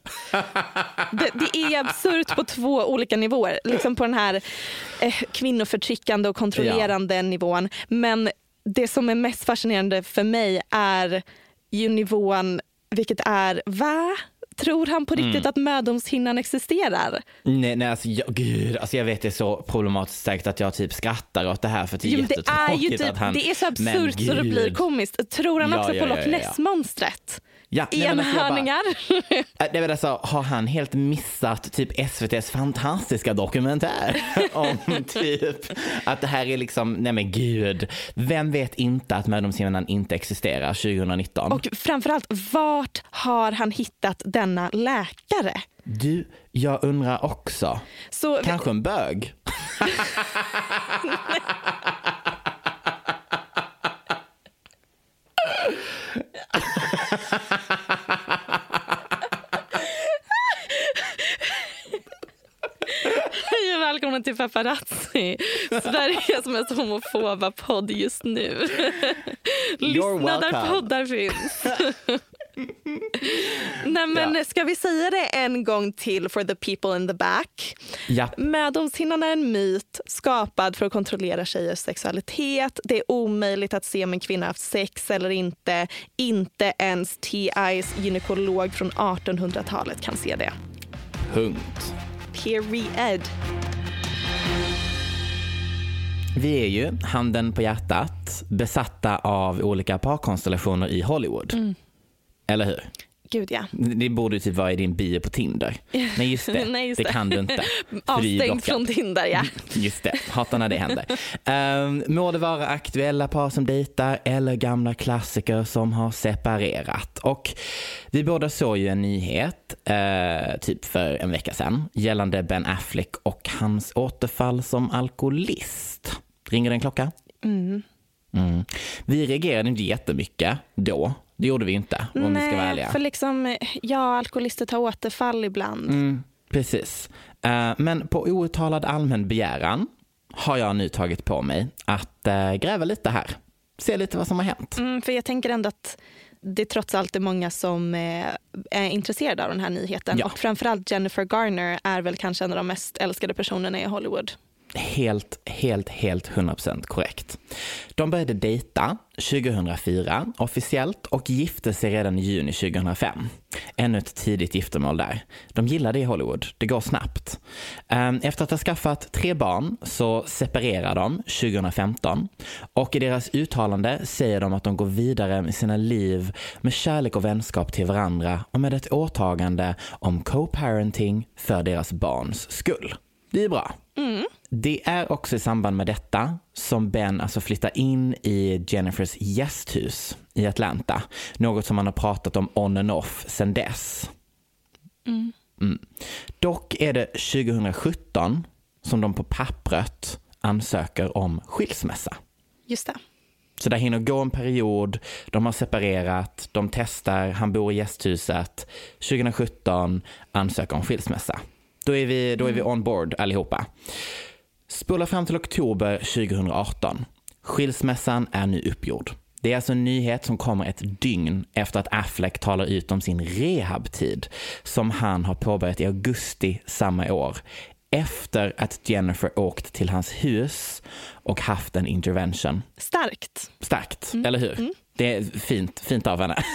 [SPEAKER 6] Det, det är absurt på två olika nivåer. Liksom på den här eh, kvinnoförtryckande och kontrollerande ja. nivån. Men det som är mest fascinerande för mig är ju nivån, vilket är, va? Tror han på riktigt mm. att mödomshinnan existerar?
[SPEAKER 7] Nej, nej alltså, jag, gud, alltså jag vet det är så problematiskt säkert att jag typ skrattar åt det här för det är jo, jättetråkigt det är ju typ, att han...
[SPEAKER 6] Det är så absurt så det blir komiskt. Tror han ja, också ja, på ja, Loch Ness-monstret?
[SPEAKER 7] Ja,
[SPEAKER 6] enhörningar.
[SPEAKER 7] Det vill alltså, har han helt missat typ S V T:s fantastiska dokumentär om typ att det här är liksom, nej men gud, vem vet inte att mödomshinnan inte existerar tjugonitton?
[SPEAKER 6] Och framförallt, vart har han hittat denna läkare?
[SPEAKER 7] Du, jag undrar också. Så, kanske en bög?
[SPEAKER 6] Hej och välkomna till Paparazzi, Sveriges mest homofoba podd just nu. Lyssna där poddar finns. Nej, men
[SPEAKER 7] Ja.
[SPEAKER 6] ska vi säga det en gång till for the people in the back?
[SPEAKER 7] Ja.
[SPEAKER 6] Mödomshinnan är en myt skapad för att kontrollera tjejers sexualitet. Det är omöjligt att se om en kvinna haft sex eller inte. Inte ens T I:s gynekolog från artonhundratalet kan se det.
[SPEAKER 7] Punkt.
[SPEAKER 6] Period.
[SPEAKER 7] Vi är ju, handen på hjärtat, besatta av olika parkonstellationer i Hollywood.
[SPEAKER 6] Mm.
[SPEAKER 7] Eller hur?
[SPEAKER 6] Gud, ja.
[SPEAKER 7] Det borde ju typ vara i din bio på Tinder. Nej, just det.
[SPEAKER 6] Nej, just
[SPEAKER 7] det
[SPEAKER 6] det.
[SPEAKER 7] kan du inte.
[SPEAKER 6] Avstängd från Tinder, ja.
[SPEAKER 7] Just det, hatar när det händer. Um, må det vara aktuella par som dejtar eller gamla klassiker som har separerat. Och vi båda såg ju en nyhet uh, typ för en vecka sedan gällande Ben Affleck och hans återfall som alkoholist. Ringer det en klocka?
[SPEAKER 6] Mm.
[SPEAKER 7] Mm. Vi reagerade inte jättemycket då. Det gjorde vi inte, om
[SPEAKER 6] Nej,
[SPEAKER 7] vi ska vara ärliga.
[SPEAKER 6] för liksom, ja, alkoholister tar återfall ibland.
[SPEAKER 7] Mm, precis. Uh, men på outtalad allmän begäran har jag nu tagit på mig att uh, gräva lite här. Se lite vad som har hänt.
[SPEAKER 6] Mm, för jag tänker ändå att det trots allt är många som eh, är intresserade av den här nyheten.
[SPEAKER 7] Ja.
[SPEAKER 6] Och framförallt Jennifer Garner är väl kanske en av de mest älskade personerna i Hollywood.
[SPEAKER 7] Helt, helt, helt hundra procent korrekt. De började dejta tjugohundrafyra officiellt och gifte sig redan i juni tjugohundrafem. Ännu ett tidigt giftermål där. De gillade i Hollywood. Det går snabbt. Efter att ha skaffat tre barn så separerar de tjugohundrafemton. Och i deras uttalande säger de att de går vidare med sina liv med kärlek och vänskap till varandra och med ett åtagande om co-parenting för deras barns skull. Det är bra.
[SPEAKER 6] Mm.
[SPEAKER 7] Det är också i samband med detta som Ben alltså flyttar in i Jennifers gästhus i Atlanta. Något som man har pratat om on and off sedan dess.
[SPEAKER 6] Mm.
[SPEAKER 7] Mm. Dock är det tjugosjutton som de på pappret ansöker om skilsmässa.
[SPEAKER 6] Just det.
[SPEAKER 7] Så där hinner gå en period, de har separerat, de testar, han bor i gästhuset. tjugosjutton ansöker om skilsmässa. Då är vi, då är vi on board allihopa. Spola fram till oktober tjugoarton. Skilsmässan är nu uppgjord. Det är alltså en nyhet som kommer ett dygn efter att Affleck talar ut om sin rehabtid som han har påbörjat i augusti samma år. Efter att Jennifer åkt till hans hus och haft en intervention.
[SPEAKER 6] Starkt.
[SPEAKER 7] Starkt,
[SPEAKER 6] Mm.
[SPEAKER 7] eller hur?
[SPEAKER 6] Mm.
[SPEAKER 7] Det är fint, fint av henne.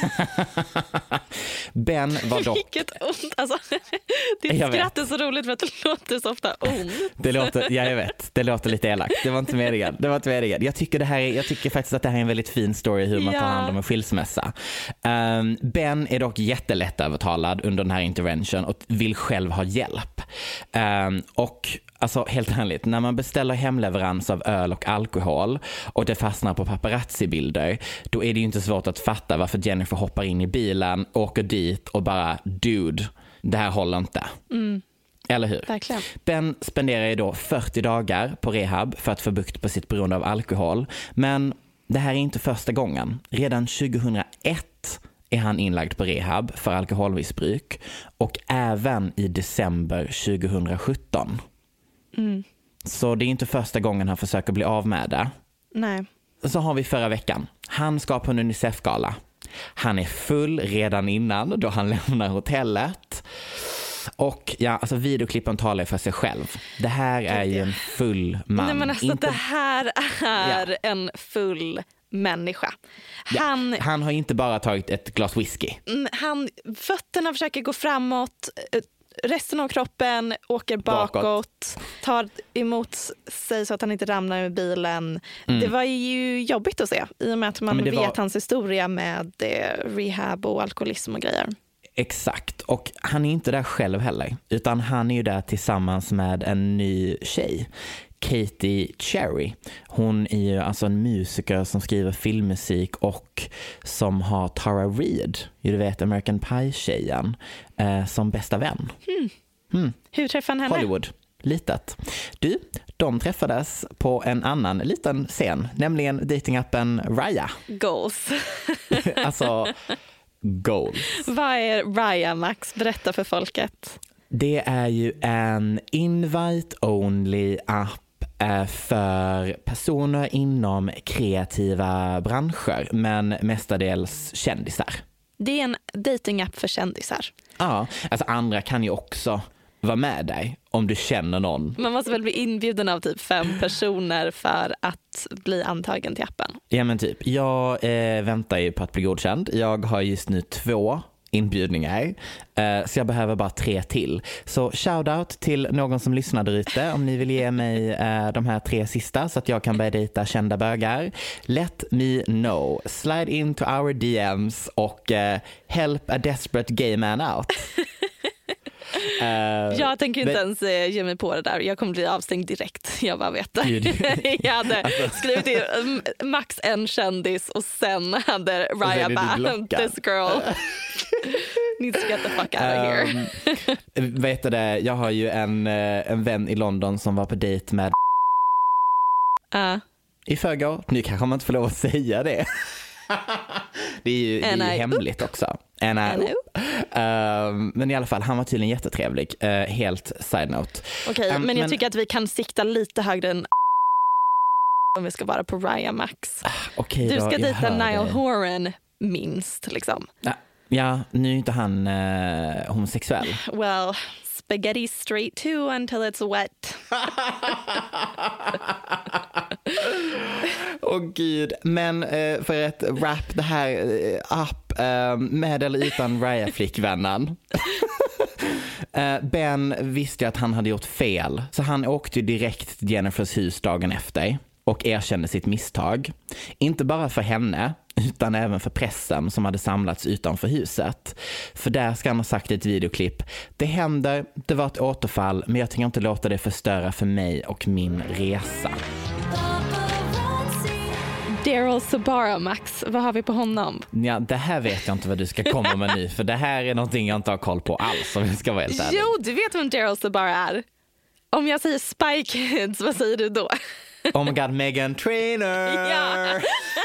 [SPEAKER 7] Ben var dock...
[SPEAKER 6] Vilket ont. Alltså, ditt
[SPEAKER 7] Jag
[SPEAKER 6] skratt
[SPEAKER 7] vet.
[SPEAKER 6] är så roligt för att det låter så ofta ont.
[SPEAKER 7] Det låter, ja, jag vet. Det låter lite elakt. Det var inte meningen. Det var inte meningen. Jag tycker det här är, jag tycker faktiskt att det här är en väldigt fin story hur man
[SPEAKER 6] Ja.
[SPEAKER 7] tar hand om en skilsmässa. Um, Ben är dock jättelätt övertalad under den här intervention och vill själv ha hjälp. Um, och alltså helt ärligt, när man beställer hemleverans av öl och alkohol och det fastnar på paparazzi-bilder, då är det ju inte svårt att fatta varför Jennifer hoppar in i bilen, åker dit och bara, dude, det här håller inte.
[SPEAKER 6] Mm.
[SPEAKER 7] Eller hur?
[SPEAKER 6] Verkligen.
[SPEAKER 7] Ben spenderar ju då fyrtio dagar på rehab för att få bukt på sitt beroende av alkohol. Men det här är inte första gången. Redan tjugohundraett är han inlagd på rehab för alkoholmissbruk och även i december tjugosjutton.
[SPEAKER 6] Mm.
[SPEAKER 7] Så det är inte första gången han försöker bli av med det.
[SPEAKER 6] Nej.
[SPEAKER 7] Så har vi förra veckan. Han ska på en Unicef-gala. Han är full redan innan då han lämnar hotellet. Och ja, alltså videoklippen talar för sig själv. Det här är ju en full man.
[SPEAKER 6] Nej, men alltså
[SPEAKER 7] Inte...
[SPEAKER 6] det här är
[SPEAKER 7] Ja.
[SPEAKER 6] en full människa.
[SPEAKER 7] Ja,
[SPEAKER 6] Han,
[SPEAKER 7] han har inte bara tagit ett glas whisky.
[SPEAKER 6] mm, han, fötterna försöker gå framåt, eh, resten av kroppen åker bakåt,
[SPEAKER 7] Bakåt.
[SPEAKER 6] tar emot sig så att han inte ramlar med bilen.
[SPEAKER 7] Mm.
[SPEAKER 6] Det var ju jobbigt att se i och med att man
[SPEAKER 7] Ja, men det
[SPEAKER 6] vet
[SPEAKER 7] var-
[SPEAKER 6] hans historia med eh, rehab och alkoholism och grejer.
[SPEAKER 7] Exakt, och han är inte där själv heller, utan han är ju där tillsammans med en ny tjej, Katie Cherry. Hon är ju alltså en musiker som skriver filmmusik och som har Tara Reid, du vet American Pie-tjejen, eh, som bästa vän.
[SPEAKER 6] Hmm.
[SPEAKER 7] Mm.
[SPEAKER 6] Hur träffade han henne?
[SPEAKER 7] Hollywood, litet. Du, de träffades på en annan liten scen, nämligen datingappen Raya.
[SPEAKER 6] Goals.
[SPEAKER 7] Alltså, goals.
[SPEAKER 6] Vad är Raya, Max? Berätta för folket.
[SPEAKER 7] Det är ju en invite-only app eh, för personer inom kreativa branscher, men mestadels kändisar.
[SPEAKER 6] Det är en datingapp för kändisar.
[SPEAKER 7] Ja, alltså andra kan ju också vara med dig om du känner någon.
[SPEAKER 6] Man måste väl bli inbjuden av typ fem personer för att bli antagen till appen.
[SPEAKER 7] Ja men typ, jag eh, väntar ju på att bli godkänd. Jag har just nu två inbjudningar. Eh, så jag behöver bara tre till. Så shoutout till någon som lyssnar där ute om ni vill ge mig eh, de här tre sista så att jag kan börja dejta kända bögar. Let me know. Slide into our D Ms och eh, help a desperate gay man out. Uh,
[SPEAKER 6] jag tänker inte
[SPEAKER 7] men,
[SPEAKER 6] ens eh, ge mig på det där. Jag kommer bli avstängd direkt. Jag bara vet det. Jag hade alltså, skrivit in um, max en kändis och sen hade Raya bara this girl needs to get the fuck out of here.
[SPEAKER 7] um, vet du det, jag har ju en, en vän i London som var på dejt med
[SPEAKER 6] uh.
[SPEAKER 7] i förrgår. Nu kanske man inte får lov att säga det. Det är ju, det är ju hemligt också. Uh, men i alla fall, han var tydligen jättetrevlig. Uh, helt side note.
[SPEAKER 6] Okej, okay, um, men jag men... tycker att vi kan sikta lite högre än om vi ska vara på Raya Max. Uh,
[SPEAKER 7] okay,
[SPEAKER 6] du ska
[SPEAKER 7] då,
[SPEAKER 6] dejta Niall Horan minst liksom.
[SPEAKER 7] Uh, ja, nu är inte han uh, homosexuell.
[SPEAKER 6] Well, spaghetti straight too until it's wet.
[SPEAKER 7] Åh oh, gud, men eh, för att wrap det här eh, upp eh, med eller utan Raya-flickvännen. eh, Ben visste ju att han hade gjort fel, så han åkte direkt till Jennifers hus dagen efter och erkände sitt misstag. Inte bara för henne utan även för pressen som hade samlats utanför huset. För där ska han ha sagt i ett videoklipp: det händer, det var ett återfall, men jag tänker inte låta det förstöra för mig och min resa.
[SPEAKER 6] Daryl Sabara, Max, vad har vi på honom?
[SPEAKER 7] Ja, det här vet jag inte vad du ska komma med nu, för det här är någonting jag inte har koll på alls, om jag ska vara helt ärlig.
[SPEAKER 6] Jo, du vet vem Daryl Sabara är. Om jag säger Spy Kids, vad säger du då?
[SPEAKER 7] Oh my god, Meghan Trainor!
[SPEAKER 6] Ja.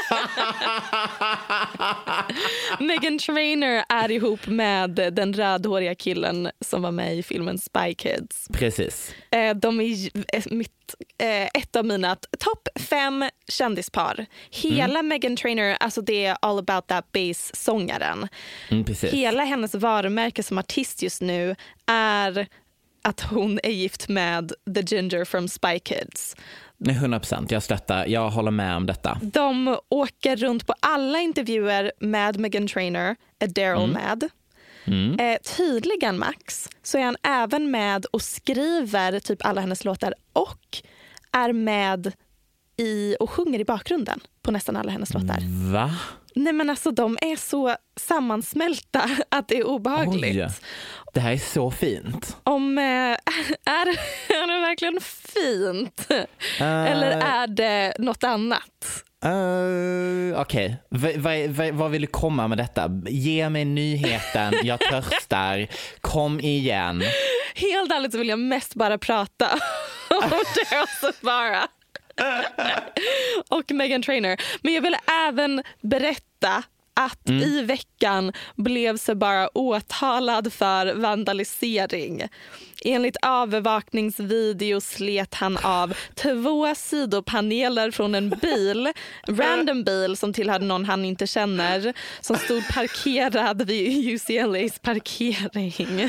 [SPEAKER 6] Meghan Trainor är ihop med den rödhåriga killen som var med i filmen Spy Kids.
[SPEAKER 7] Precis.
[SPEAKER 6] De är mitt, ett av mina topp fem kändispar. Hela mm. Meghan Trainor, alltså det är All About That Bass-sångaren.
[SPEAKER 7] Mm, precis.
[SPEAKER 6] Hela hennes varumärke som artist just nu är att hon är gift med The Ginger from Spy Kids.
[SPEAKER 7] Nej, hundra procent. Jag stöttar. Jag håller med om detta.
[SPEAKER 6] De åker runt på alla intervjuer med Meghan Trainor. Är Daryl mm. med?
[SPEAKER 7] Mm.
[SPEAKER 6] Eh, tydligen, Max, så är han även med och skriver typ alla hennes låtar och är med i och sjunger i bakgrunden på nästan alla hennes låtar.
[SPEAKER 7] Va?
[SPEAKER 6] Nej, men alltså de är så sammansmälta att det är obehagligt.
[SPEAKER 7] Oj, det här är så fint.
[SPEAKER 6] Om, äh, är, är det verkligen fint? Uh, Eller är det något annat?
[SPEAKER 7] Uh, Okej, okay. v- v- vad vill du komma med detta? Ge mig nyheten, jag törstar. Kom igen.
[SPEAKER 6] Helt ärligt så vill jag mest bara prata om Daryl Sabara och Meghan Trainor. Men jag vill även berätta att mm. i veckan blev Sabara åtalad för vandalisering. Enligt övervakningsvideo slet han av två sidopaneler från en bil, random bil som tillhörde någon han inte känner, som stod parkerad vid U C L A's parkering.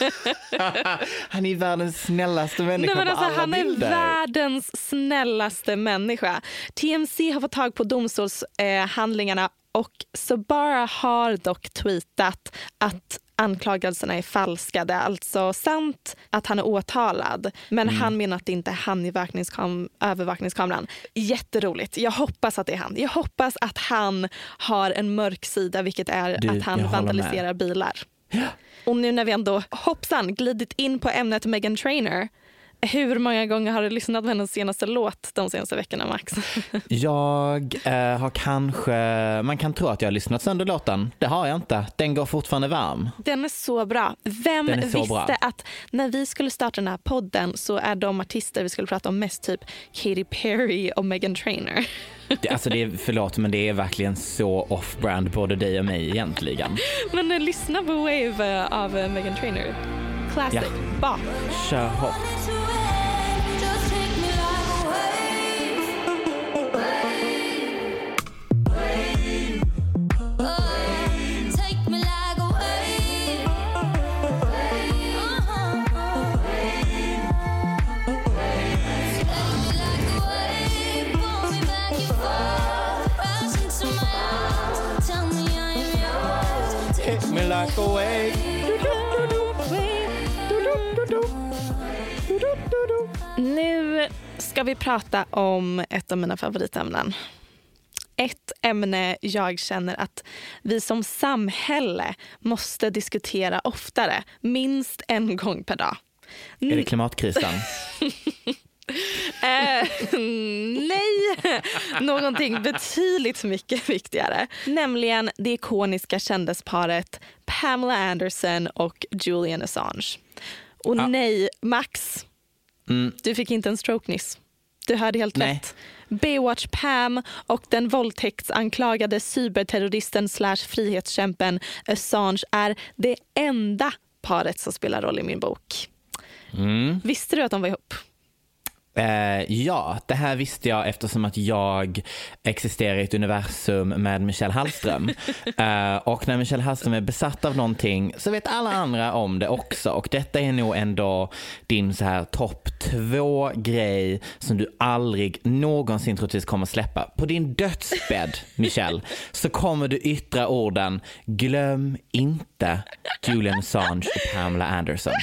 [SPEAKER 7] Han är världens snällaste människa. Nej, men alltså, på alla
[SPEAKER 6] han
[SPEAKER 7] bilder.
[SPEAKER 6] är världens snällaste människa. T M C har fått tag på domstolshandlingarna eh, och Sabara har dock tweetat att anklagelserna är falskade, alltså sant att han är åtalad, men mm. han menar att det inte är han i verkningskam- övervakningskameran. Jätteroligt. Jag hoppas att det är han. Jag hoppas att han har en mörk sida, vilket är du, att han vandaliserar med. bilar.
[SPEAKER 7] Ja.
[SPEAKER 6] Och nu när vi ändå hoppsan glidit in på ämnet Meghan Trainor, hur många gånger har du lyssnat på hennes senaste låt de senaste veckorna, Max?
[SPEAKER 7] Jag eh, har kanske... Man kan tro att jag har lyssnat sönder låten. Det har jag inte. Den går fortfarande varm.
[SPEAKER 6] Den är så bra. Vem så visste bra. att när vi skulle starta den här podden så är de artister vi skulle prata om mest typ Katy Perry och Meghan Trainor.
[SPEAKER 7] Det, alltså det är, förlåt, men det är verkligen så off-brand både dig och mig egentligen.
[SPEAKER 6] Men uh, lyssna på Wave uh, av uh, Meghan Trainor. Classic. Ja. Bak.
[SPEAKER 7] Kör hårt.
[SPEAKER 10] Take me like a
[SPEAKER 7] me like a wave.
[SPEAKER 6] Nu ska vi prata om ett av mina favoritämnen. Ett ämne jag känner att vi som samhälle måste diskutera oftare, minst en gång per dag.
[SPEAKER 7] Är det klimatkrisen?
[SPEAKER 6] eh, nej, någonting betydligt mycket viktigare. Nämligen det ikoniska kändisparet Pamela Anderson och Julian Assange. Och ja. nej, Max, mm. du fick inte en stroke nyss. Du hörde helt nej. rätt. Baywatch Pam och den våldtäktsanklagade cyberterroristen slash frihetskämpen Assange är det enda paret som spelar roll i min bok. Mm. Visste du att de var ihop?
[SPEAKER 7] Uh, ja, det här visste jag eftersom att jag existerar i ett universum med Michelle Hallström. uh, och när Michelle Hallström är besatt av någonting så vet alla andra om det också. Och detta är nog ändå din så här topp två grej som du aldrig någonsin troligtvis kommer släppa. På din dödsbädd, Michelle, så kommer du yttra orden: glöm inte Julian Assange och Pamela Anderson.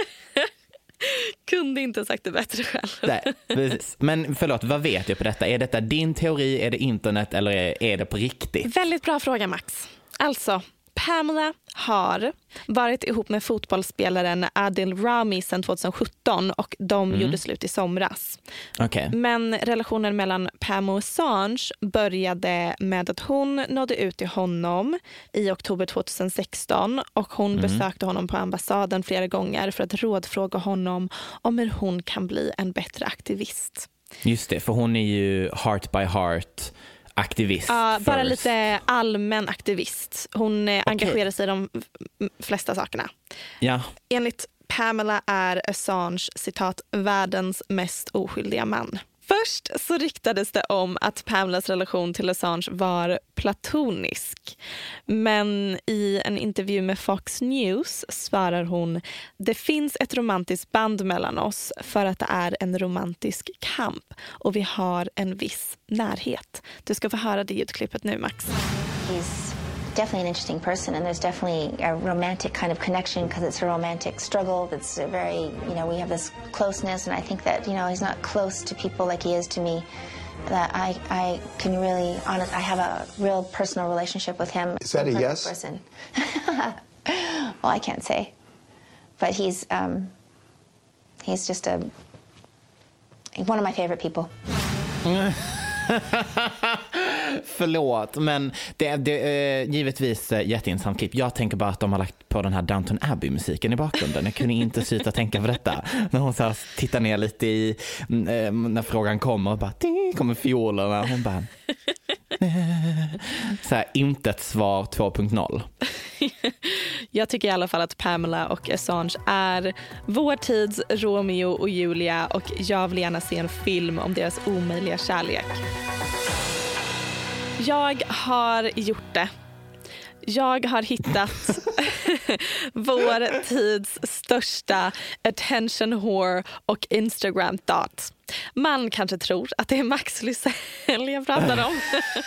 [SPEAKER 6] Kunde inte sagt det bättre själv.
[SPEAKER 7] Nej, precis. Men förlåt, vad vet jag på detta? Är detta din teori, är det internet eller är, är det på riktigt?
[SPEAKER 6] Väldigt bra fråga, Max. Alltså, Pamela har varit ihop med fotbollsspelaren Adil Rami sedan tjugohundrasjutton och de mm. gjorde slut i somras.
[SPEAKER 7] Okay.
[SPEAKER 6] Men relationen mellan Pam och Assange började med att hon nådde ut till honom i oktober tjugohundrasexton och hon mm. besökte honom på ambassaden flera gånger för att rådfråga honom om hur hon kan bli en bättre aktivist.
[SPEAKER 7] Just det, för hon är ju heart by heart aktivist.
[SPEAKER 6] Ja, bara lite allmän aktivist. Hon okay. engagerar sig i de flesta sakerna.
[SPEAKER 7] Ja.
[SPEAKER 6] Enligt Pamela är Assange, citat, världens mest oskyldiga man. Först så ryktades det om att Pamelas relation till Assange var platonisk. Men i en intervju med Fox News svarar hon: det finns ett romantiskt band mellan oss för att det är en romantisk kamp och vi har en viss närhet. Du ska få höra det ljudklippet nu, Max.
[SPEAKER 11] He's definitely an interesting person, and there's definitely a romantic kind of connection because it's a romantic struggle that's a very, you know, we have this closeness, and I think that, you know, he's not close to people like he is to me, that I I can really honest I have a real personal relationship with him.
[SPEAKER 12] Is that a yes?
[SPEAKER 11] Person. Well, I can't say, but he's um he's just a one of my favorite people.
[SPEAKER 7] Förlåt, men det, det är givetvis jätteintressant klipp. Jag tänker bara att de har lagt på den här Downton Abbey-musiken i bakgrunden. Jag kunde inte sluta tänka på detta. När hon så här tittar ner lite i, när frågan kommer och bara, kommer fiolerna. Hon bara, så här, inte ett svar två punkt noll.
[SPEAKER 6] Jag tycker i alla fall att Pamela och Assange är vår tids Romeo och Julia, och jag vill gärna se en film om deras omöjliga kärlek. Jag har gjort det. Jag har hittat vår tids största attention whore och Instagram dot. Man kanske tror att det är Max Lysell jag pratar om.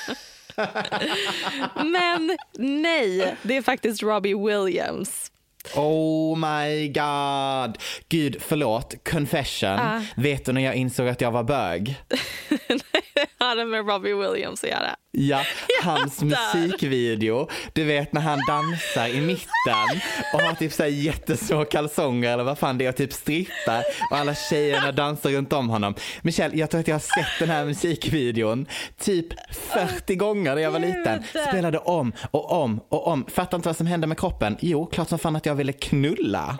[SPEAKER 6] Men nej, det är faktiskt Robbie Williams.
[SPEAKER 7] Oh my god. Gud, förlåt. Confession. Uh. Vet du när jag insåg att jag var bög?
[SPEAKER 6] Det har det med Robbie Williams att göra.
[SPEAKER 7] Ja, hans musikvideo. Du vet när han dansar i mitten och har typ så här jättesmå kalsonger eller vad fan det är, och typ strippar och alla tjejerna dansar runt om honom. Michelle, jag tror att jag har sett den här musikvideon typ fyrtio gånger när jag var liten. Spelade om och om och om. Fattar inte vad som hände med kroppen. Jo, klart som fan att jag ville knulla.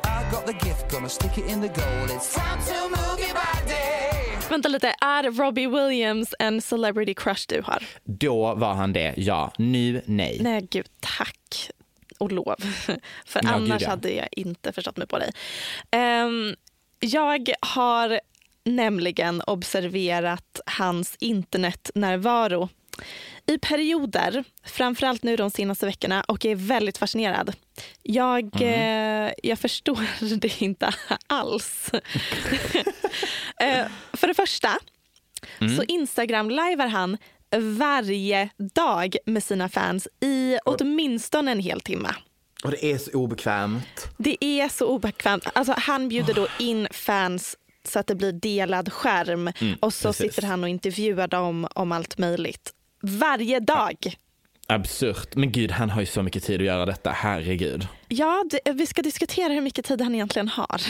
[SPEAKER 6] Vänta lite, är Robbie Williams en celebrity crush du har?
[SPEAKER 7] Då var han det, ja. Nu, nej.
[SPEAKER 6] Nej, gud, tack och lov. För ja, annars gud, ja. hade jag inte förstått mig på dig. Um, jag har nämligen observerat hans internetnärvaro i perioder, framförallt nu de senaste veckorna, och jag är väldigt fascinerad. Jag, mm. eh, jag förstår det inte alls. eh, för det första mm. så Instagram-livar han varje dag med sina fans i åtminstone en hel timme.
[SPEAKER 7] Och det är så obekvämt.
[SPEAKER 6] Det är så obekvämt. Alltså, han bjuder då in fans så att det blir delad skärm. Mm, och så precis. Sitter han och intervjuar dem om allt möjligt. Varje dag.
[SPEAKER 7] Absurt. Men gud, han har ju så mycket tid att göra detta. Herregud.
[SPEAKER 6] Ja, det, vi ska diskutera hur mycket tid han egentligen har.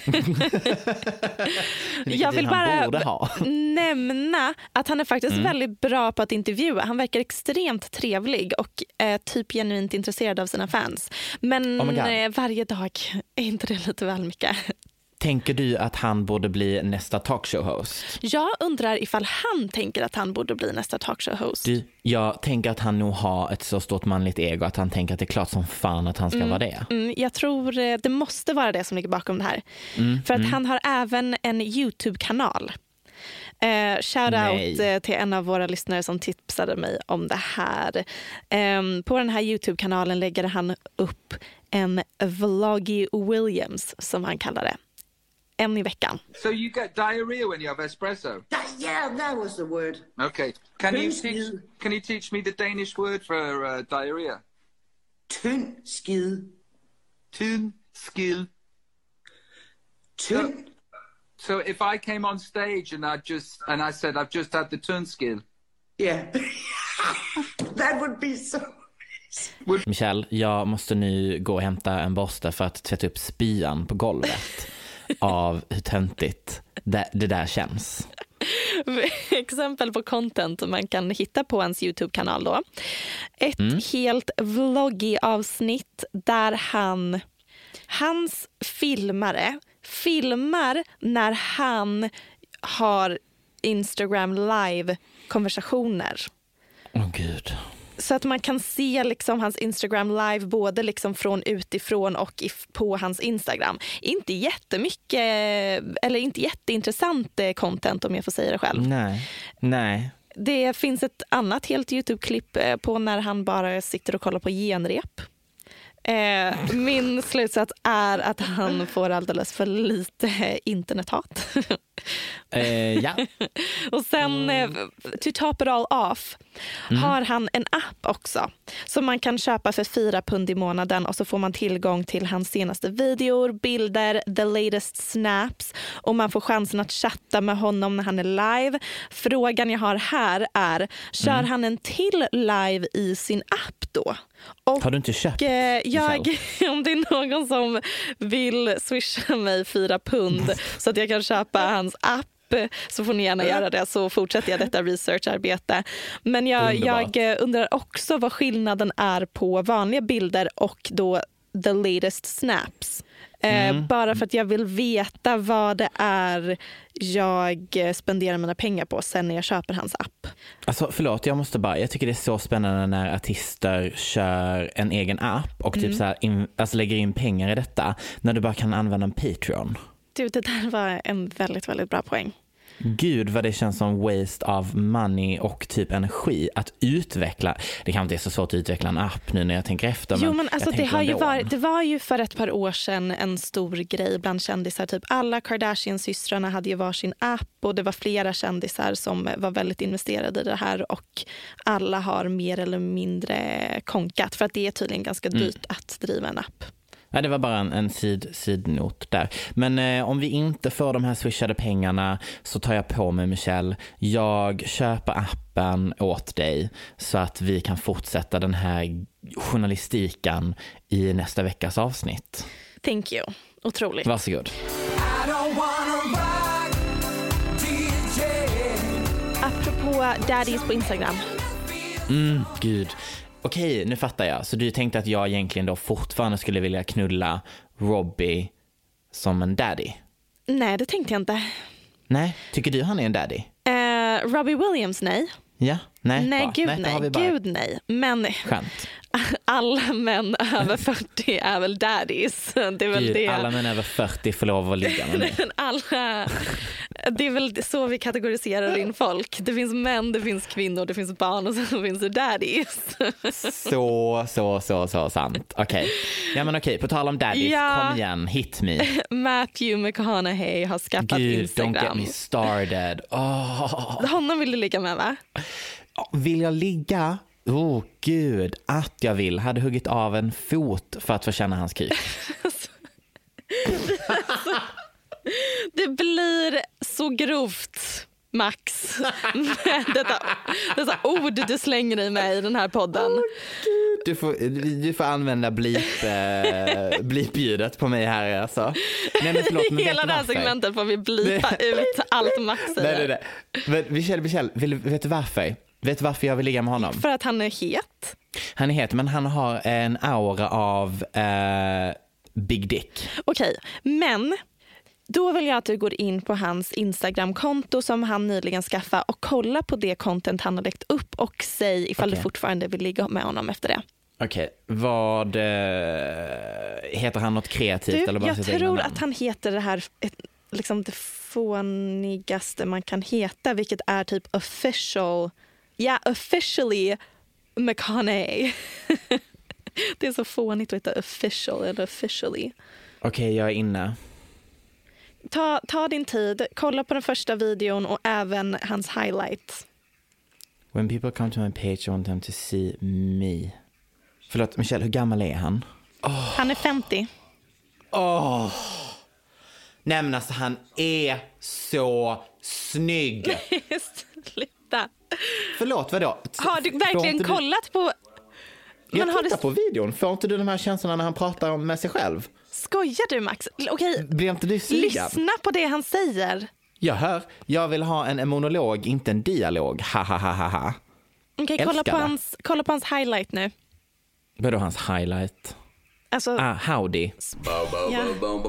[SPEAKER 6] Jag vill bara nämna att han är faktiskt mm. väldigt bra på att intervjua. Han verkar extremt trevlig och eh, typ genuint intresserad av sina fans. Men oh eh, varje dag är inte det lite väl mycket.
[SPEAKER 7] Tänker du att han borde bli nästa talkshow-host?
[SPEAKER 6] Jag undrar ifall han tänker att han borde bli nästa talkshow-host.
[SPEAKER 7] Du, jag tänker att han nog har ett så stort manligt ego att han tänker att det är klart som fan att han ska
[SPEAKER 6] mm,
[SPEAKER 7] vara det.
[SPEAKER 6] Mm, jag tror det måste vara det som ligger bakom det här. Mm, För att mm. han har även en YouTube-kanal. Eh, shout out eh, till en av våra lyssnare som tipsade mig om det här. Eh, på den här YouTube-kanalen lägger han upp en Vloggy Williams, som han kallar det. En i veckan.
[SPEAKER 12] So you get diarrhea when you have espresso?
[SPEAKER 13] That, yeah, that was the word.
[SPEAKER 12] Okay. Can you teach, can you teach me the Danish word for uh, diarrhea?
[SPEAKER 13] Tyndskid.
[SPEAKER 12] Tyndskid.
[SPEAKER 13] Tynd.
[SPEAKER 12] So, so if I came on stage and I just and I said I've just had the tyndskid.
[SPEAKER 13] Yeah. That would be so.
[SPEAKER 7] Michelle, jag måste nu gå och hämta en borste för att tvätta upp spyan på golvet. Av hur töntigt det, det där känns.
[SPEAKER 6] Exempel på content man kan hitta på ens YouTube-kanal då. Ett mm. helt vloggy-avsnitt där han hans filmare filmar när han har Instagram live-konversationer.
[SPEAKER 7] Åh oh, gud.
[SPEAKER 6] Så att man kan se liksom hans Instagram live både liksom från utifrån och if, på hans Instagram. Inte jättemycket, eller inte jätteintressant content om jag får säga det själv.
[SPEAKER 7] Nej, nej.
[SPEAKER 6] Det finns ett annat helt YouTube-klipp på när han bara sitter och kollar på genrep. Eh, min slutsats är att han får alldeles för lite internethat.
[SPEAKER 7] eh, ja.
[SPEAKER 6] Och sen, eh, to top it all off, mm. har han en app också som man kan köpa för fyra pund i månaden, och så får man tillgång till hans senaste videor, bilder, the latest snaps, och man får chansen att chatta med honom när han är live. Frågan jag har här är, kör mm. han en till live i sin app då? Och,
[SPEAKER 7] har du inte köpt?
[SPEAKER 6] Eh, jag, om det är någon som vill swisha mig fyra pund så att jag kan köpa hans app, så får ni gärna göra det, så fortsätter jag detta researcharbete. Men jag, jag undrar också vad skillnaden är på vanliga bilder och då the latest snaps. Mm. Eh, bara för att jag vill veta vad det är jag spenderar mina pengar på sen när jag köper hans app.
[SPEAKER 7] Alltså förlåt, jag måste bara, jag tycker det är så spännande när artister kör en egen app och typ mm. så här in, alltså lägger in pengar i detta, när du bara kan använda en Patreon.
[SPEAKER 6] Du, det där var en väldigt, väldigt bra poäng.
[SPEAKER 7] Gud vad det känns som waste of money och typ energi att utveckla. Det kan inte vara så svårt att utveckla en app nu när jag tänker efter.
[SPEAKER 6] Jo, men alltså det, har ju varit, det var ju för ett par år sedan en stor grej bland kändisar. Typ alla Kardashian-systrarna hade ju varsin app, och det var flera kändisar som var väldigt investerade i det här, och alla har mer eller mindre konkat för att det är tydligen ganska dyrt mm. att driva en app.
[SPEAKER 7] Ja, det var bara en, en sid, sidnot där. Men eh, om vi inte får de här swishade pengarna så tar jag på mig, Michelle. Jag köper appen åt dig så att vi kan fortsätta den här journalistiken i nästa veckas avsnitt.
[SPEAKER 6] Thank you. Otroligt.
[SPEAKER 7] Varsågod.
[SPEAKER 6] Apropå daddies på Instagram.
[SPEAKER 7] Mm, gud. Okej, nu fattar jag. Så du tänkte att jag egentligen då fortfarande skulle vilja knulla Robbie som en daddy?
[SPEAKER 6] Nej, det tänkte jag inte.
[SPEAKER 7] Nej, tycker du han är en daddy?
[SPEAKER 6] Uh, Robbie Williams, nej.
[SPEAKER 7] Ja, nej.
[SPEAKER 6] Nej,
[SPEAKER 7] bra.
[SPEAKER 6] gud
[SPEAKER 7] nej.
[SPEAKER 6] nej.
[SPEAKER 7] Bara...
[SPEAKER 6] Gud nej. Men
[SPEAKER 7] skönt.
[SPEAKER 6] Alla män över fyrtio är väl daddies. Det är väl
[SPEAKER 7] gud,
[SPEAKER 6] det.
[SPEAKER 7] Alla män över fyrtio får lov att ligga med mig.
[SPEAKER 6] alla... Det är väl så vi kategoriserar in folk. Det finns män, det finns kvinnor, det finns barn, och så finns det daddies.
[SPEAKER 7] Så, så, så, så sant. Okej. Okay. Ja, men okej. Okay. På tal om daddies, ja. Kom igen, hit me.
[SPEAKER 6] Matthew McConaughey har skaffat
[SPEAKER 7] gud,
[SPEAKER 6] Instagram.
[SPEAKER 7] Gud, don't get me started. Oh.
[SPEAKER 6] Honom vill du ligga med, va?
[SPEAKER 7] Vill jag ligga? Oh gud, att jag vill hade huggit av en fot för att få känna hans kuk.
[SPEAKER 6] Det blir så grovt, Max, med detta, dessa ord du slänger i mig i den här podden. Oh,
[SPEAKER 7] du, får, du får använda blip, eh, blip-ljudet på mig här. Alltså. Nej, men förlåt, men
[SPEAKER 6] hela det här segmentet får vi blipa ut allt Max säger.
[SPEAKER 7] Nej, nej, nej. Michelle, Michelle, vet du varför? Vet du varför jag vill ligga med honom?
[SPEAKER 6] För att han är het.
[SPEAKER 7] Han är het, men han har en aura av eh, Big Dick.
[SPEAKER 6] Okej, men då vill jag att du går in på hans Instagram-konto som han nyligen skaffade och kolla på det content han har lagt upp och säg ifall
[SPEAKER 7] okay.
[SPEAKER 6] du fortfarande vill ligga med honom efter det.
[SPEAKER 7] Okej, okay. Vad eh, heter han något kreativt?
[SPEAKER 6] Du,
[SPEAKER 7] eller bara
[SPEAKER 6] jag tror att han heter det här, ett, liksom det fånigaste man kan heta, vilket är typ official, ja, yeah, officially McConaughey. Det är så fånigt att heta official eller officially.
[SPEAKER 7] Okej, okay, jag är inne.
[SPEAKER 6] Ta, ta din tid, kolla på den första videon och även hans highlights.
[SPEAKER 7] When people come to my page I want them to see me. Förlåt, Michelle, hur gammal är han?
[SPEAKER 6] Oh. Han är femtio.
[SPEAKER 7] Åh! Oh. Nej men alltså, han är så snygg.
[SPEAKER 6] Sluta.
[SPEAKER 7] Förlåt, vadå?
[SPEAKER 6] Har du verkligen
[SPEAKER 7] du...
[SPEAKER 6] kollat på...
[SPEAKER 7] Jag
[SPEAKER 6] men
[SPEAKER 7] tittar
[SPEAKER 6] du...
[SPEAKER 7] på videon. Får inte du de här känslorna när han pratar om med sig själv?
[SPEAKER 6] Skojar du, Max? Okej,
[SPEAKER 7] blir inte du sugad?
[SPEAKER 6] Lyssna på det han säger.
[SPEAKER 7] Jag hör. Jag vill ha en monolog, inte en dialog. Ha ha ha ha ha.
[SPEAKER 6] Okej, kolla på hans kolla på hans highlight nu.
[SPEAKER 7] Vadå hans highlight?
[SPEAKER 6] Alltså,
[SPEAKER 7] ah, howdy.
[SPEAKER 6] Ja.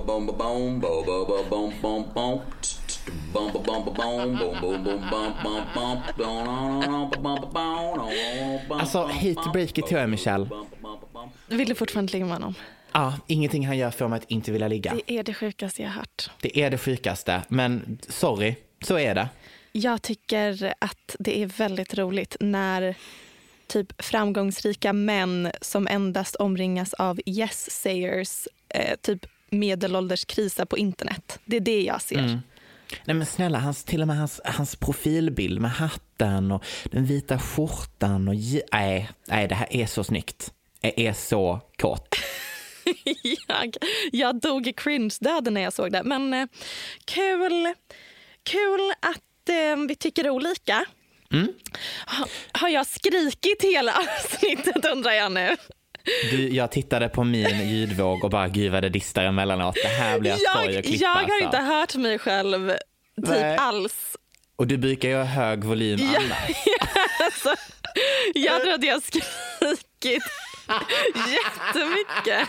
[SPEAKER 7] Alltså, hit break it to Michelle.
[SPEAKER 6] Vill du fortfarande ligga med honom?
[SPEAKER 7] Ja, ah, ingenting han gör för mig att inte vilja ligga.
[SPEAKER 6] Det är det sjukaste jag har hört.
[SPEAKER 7] Det är det sjukaste, men sorry, så är det.
[SPEAKER 6] Jag tycker att det är väldigt roligt när typ framgångsrika män som endast omringas av yes-sayers eh, typ medelålders krisa på internet. Det är det jag ser.
[SPEAKER 7] Mm. Nej men snälla, hans, till och med hans, hans profilbild med hatten och den vita skjortan och nej, nej, det här är så snyggt. Det är så kort.
[SPEAKER 6] jag, jag dog i cringe-döden när jag såg det. Men eh, kul, kul att eh, vi tycker olika.
[SPEAKER 7] Mm.
[SPEAKER 6] Ha, har jag skrikit hela avsnittet, undrar jag nu?
[SPEAKER 7] Du, jag tittade på min ljudvåg och bara gud vad det distar emellanåt. Det här blir jag skoj och klippa.
[SPEAKER 6] Jag har
[SPEAKER 7] alltså.
[SPEAKER 6] inte hört mig själv typ Nej. alls.
[SPEAKER 7] Och du brukar ju ha hög volym
[SPEAKER 6] ja,
[SPEAKER 7] annars.
[SPEAKER 6] alltså, jag tror att jag har skrikit jättemycket.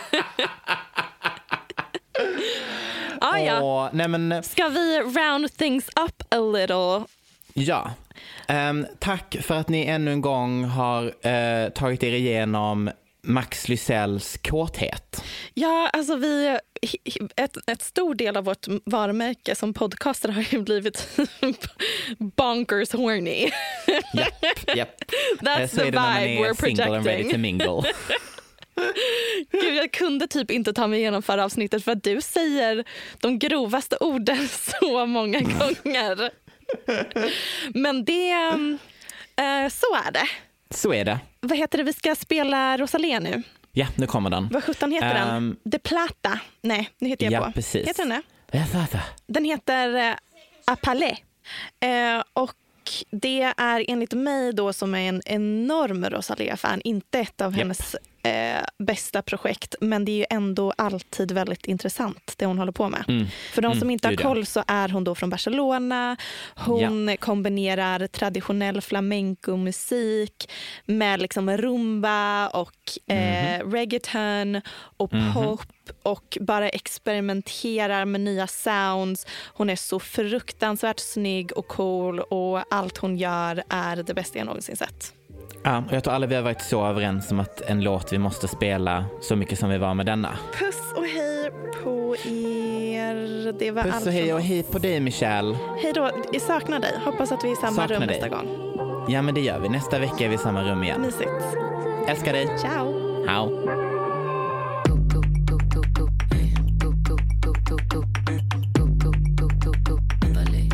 [SPEAKER 6] ah, ja.
[SPEAKER 7] och, nej, men,
[SPEAKER 6] Ska vi round things up a little?
[SPEAKER 7] Ja. Um, tack för att ni ännu en gång har uh, tagit er igenom Max Lysells kåthet.
[SPEAKER 6] Ja, alltså vi ett, ett stor del av vårt varumärke som podcaster har ju blivit bonkers horny.
[SPEAKER 7] Japp, japp.
[SPEAKER 6] That's the vibe we're projecting.
[SPEAKER 7] And ready to mingle.
[SPEAKER 6] Gud, jag kunde typ inte ta mig igenom förra avsnittet för att du säger de grovaste orden så många gånger. Men det eh, så är det.
[SPEAKER 7] Så är det.
[SPEAKER 6] Vad heter det? Vi ska spela Rosalía nu.
[SPEAKER 7] Ja, nu kommer den.
[SPEAKER 6] Vad sjutton heter
[SPEAKER 7] um,
[SPEAKER 6] den? De Plata. Nej, nu heter jag
[SPEAKER 7] ja,
[SPEAKER 6] på.
[SPEAKER 7] Precis.
[SPEAKER 6] Heter den
[SPEAKER 7] det?
[SPEAKER 6] Den heter eh, Apalé. Eh, och det är enligt mig då, som är en enorm Rosalía-fan, inte ett av yep. hennes eh, bästa projekt, men det är ju ändå alltid väldigt intressant det hon håller på med. Mm. För de som mm, inte har koll så är hon då från Barcelona. Hon ja. kombinerar traditionell flamenco-musik med liksom rumba och eh, mm. reggaeton och mm. pop och bara experimenterar med nya sounds. Hon är så fruktansvärt snygg och cool och allt hon gör är det bästa jag någonsin sett.
[SPEAKER 7] Ja, och jag tror alla vi har varit så överens om att en låt vi måste spela så mycket som vi var med denna.
[SPEAKER 6] Puss och hej på er. Det var
[SPEAKER 7] Puss
[SPEAKER 6] allt
[SPEAKER 7] och hej och hej på dig, Michelle.
[SPEAKER 6] Hej då, jag saknar dig. Hoppas att vi är i samma saknar rum dig. nästa gång.
[SPEAKER 7] Ja, men det gör vi. Nästa vecka är vi i samma rum igen.
[SPEAKER 6] Mysigt.
[SPEAKER 7] Älskar dig.
[SPEAKER 6] Ciao.
[SPEAKER 7] Ciao.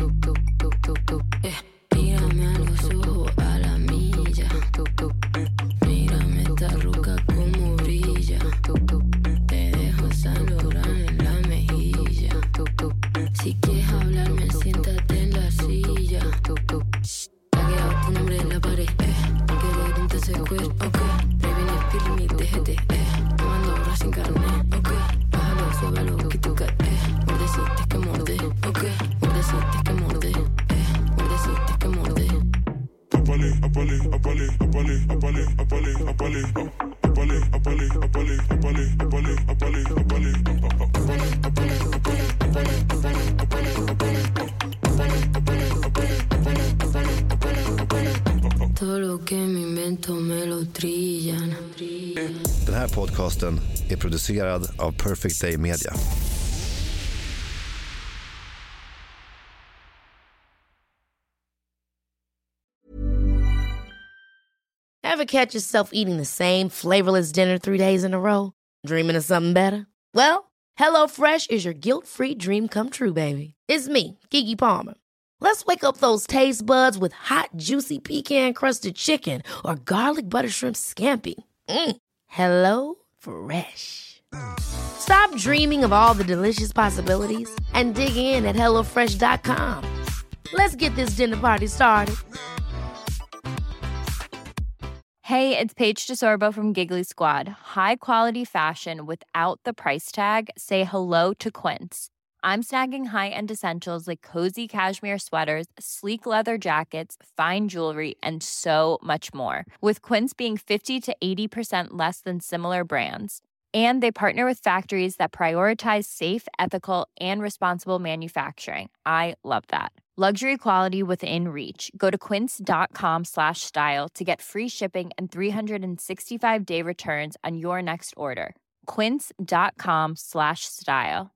[SPEAKER 10] Tírame a los ojos a la milla. ojete, eh. Tomando horas sin carne, ok. Bájalo, súbelo, que tú got, eh. Mordeciste que morde, ok. Mordeciste que morde, eh. Mordeciste que morde. Apale, apale, apale, apale, apale, apale, apale, apale, apale, apale, apale, apale, apale, apale, todo lo que me invento me lo trillan.
[SPEAKER 14] Den här podcasten är producerad av Perfect Day Media.
[SPEAKER 1] Ever catch yourself eating the same flavorless dinner three days in a row? Dreaming of something better? Well, HelloFresh is your guilt-free dream come true, baby. It's me, Keke Palmer. Let's wake up those taste buds with hot, juicy pecan-crusted chicken or garlic butter shrimp scampi. Mm. Hello Fresh. Stop dreaming of all the delicious possibilities and dig in at hello fresh dot com. Let's get this dinner party started.
[SPEAKER 15] Hey, it's Paige DeSorbo from Giggly Squad. High quality fashion without the price tag. Say hello to Quince. I'm snagging high-end essentials like cozy cashmere sweaters, sleek leather jackets, fine jewelry, and so much more. With Quince being fifty to eighty percent less than similar brands. And they partner with factories that prioritize safe, ethical, and responsible manufacturing. I love that. Luxury quality within reach. Go to quince.com slash style to get free shipping and three sixty-five day returns on your next order. Quince.com slash style.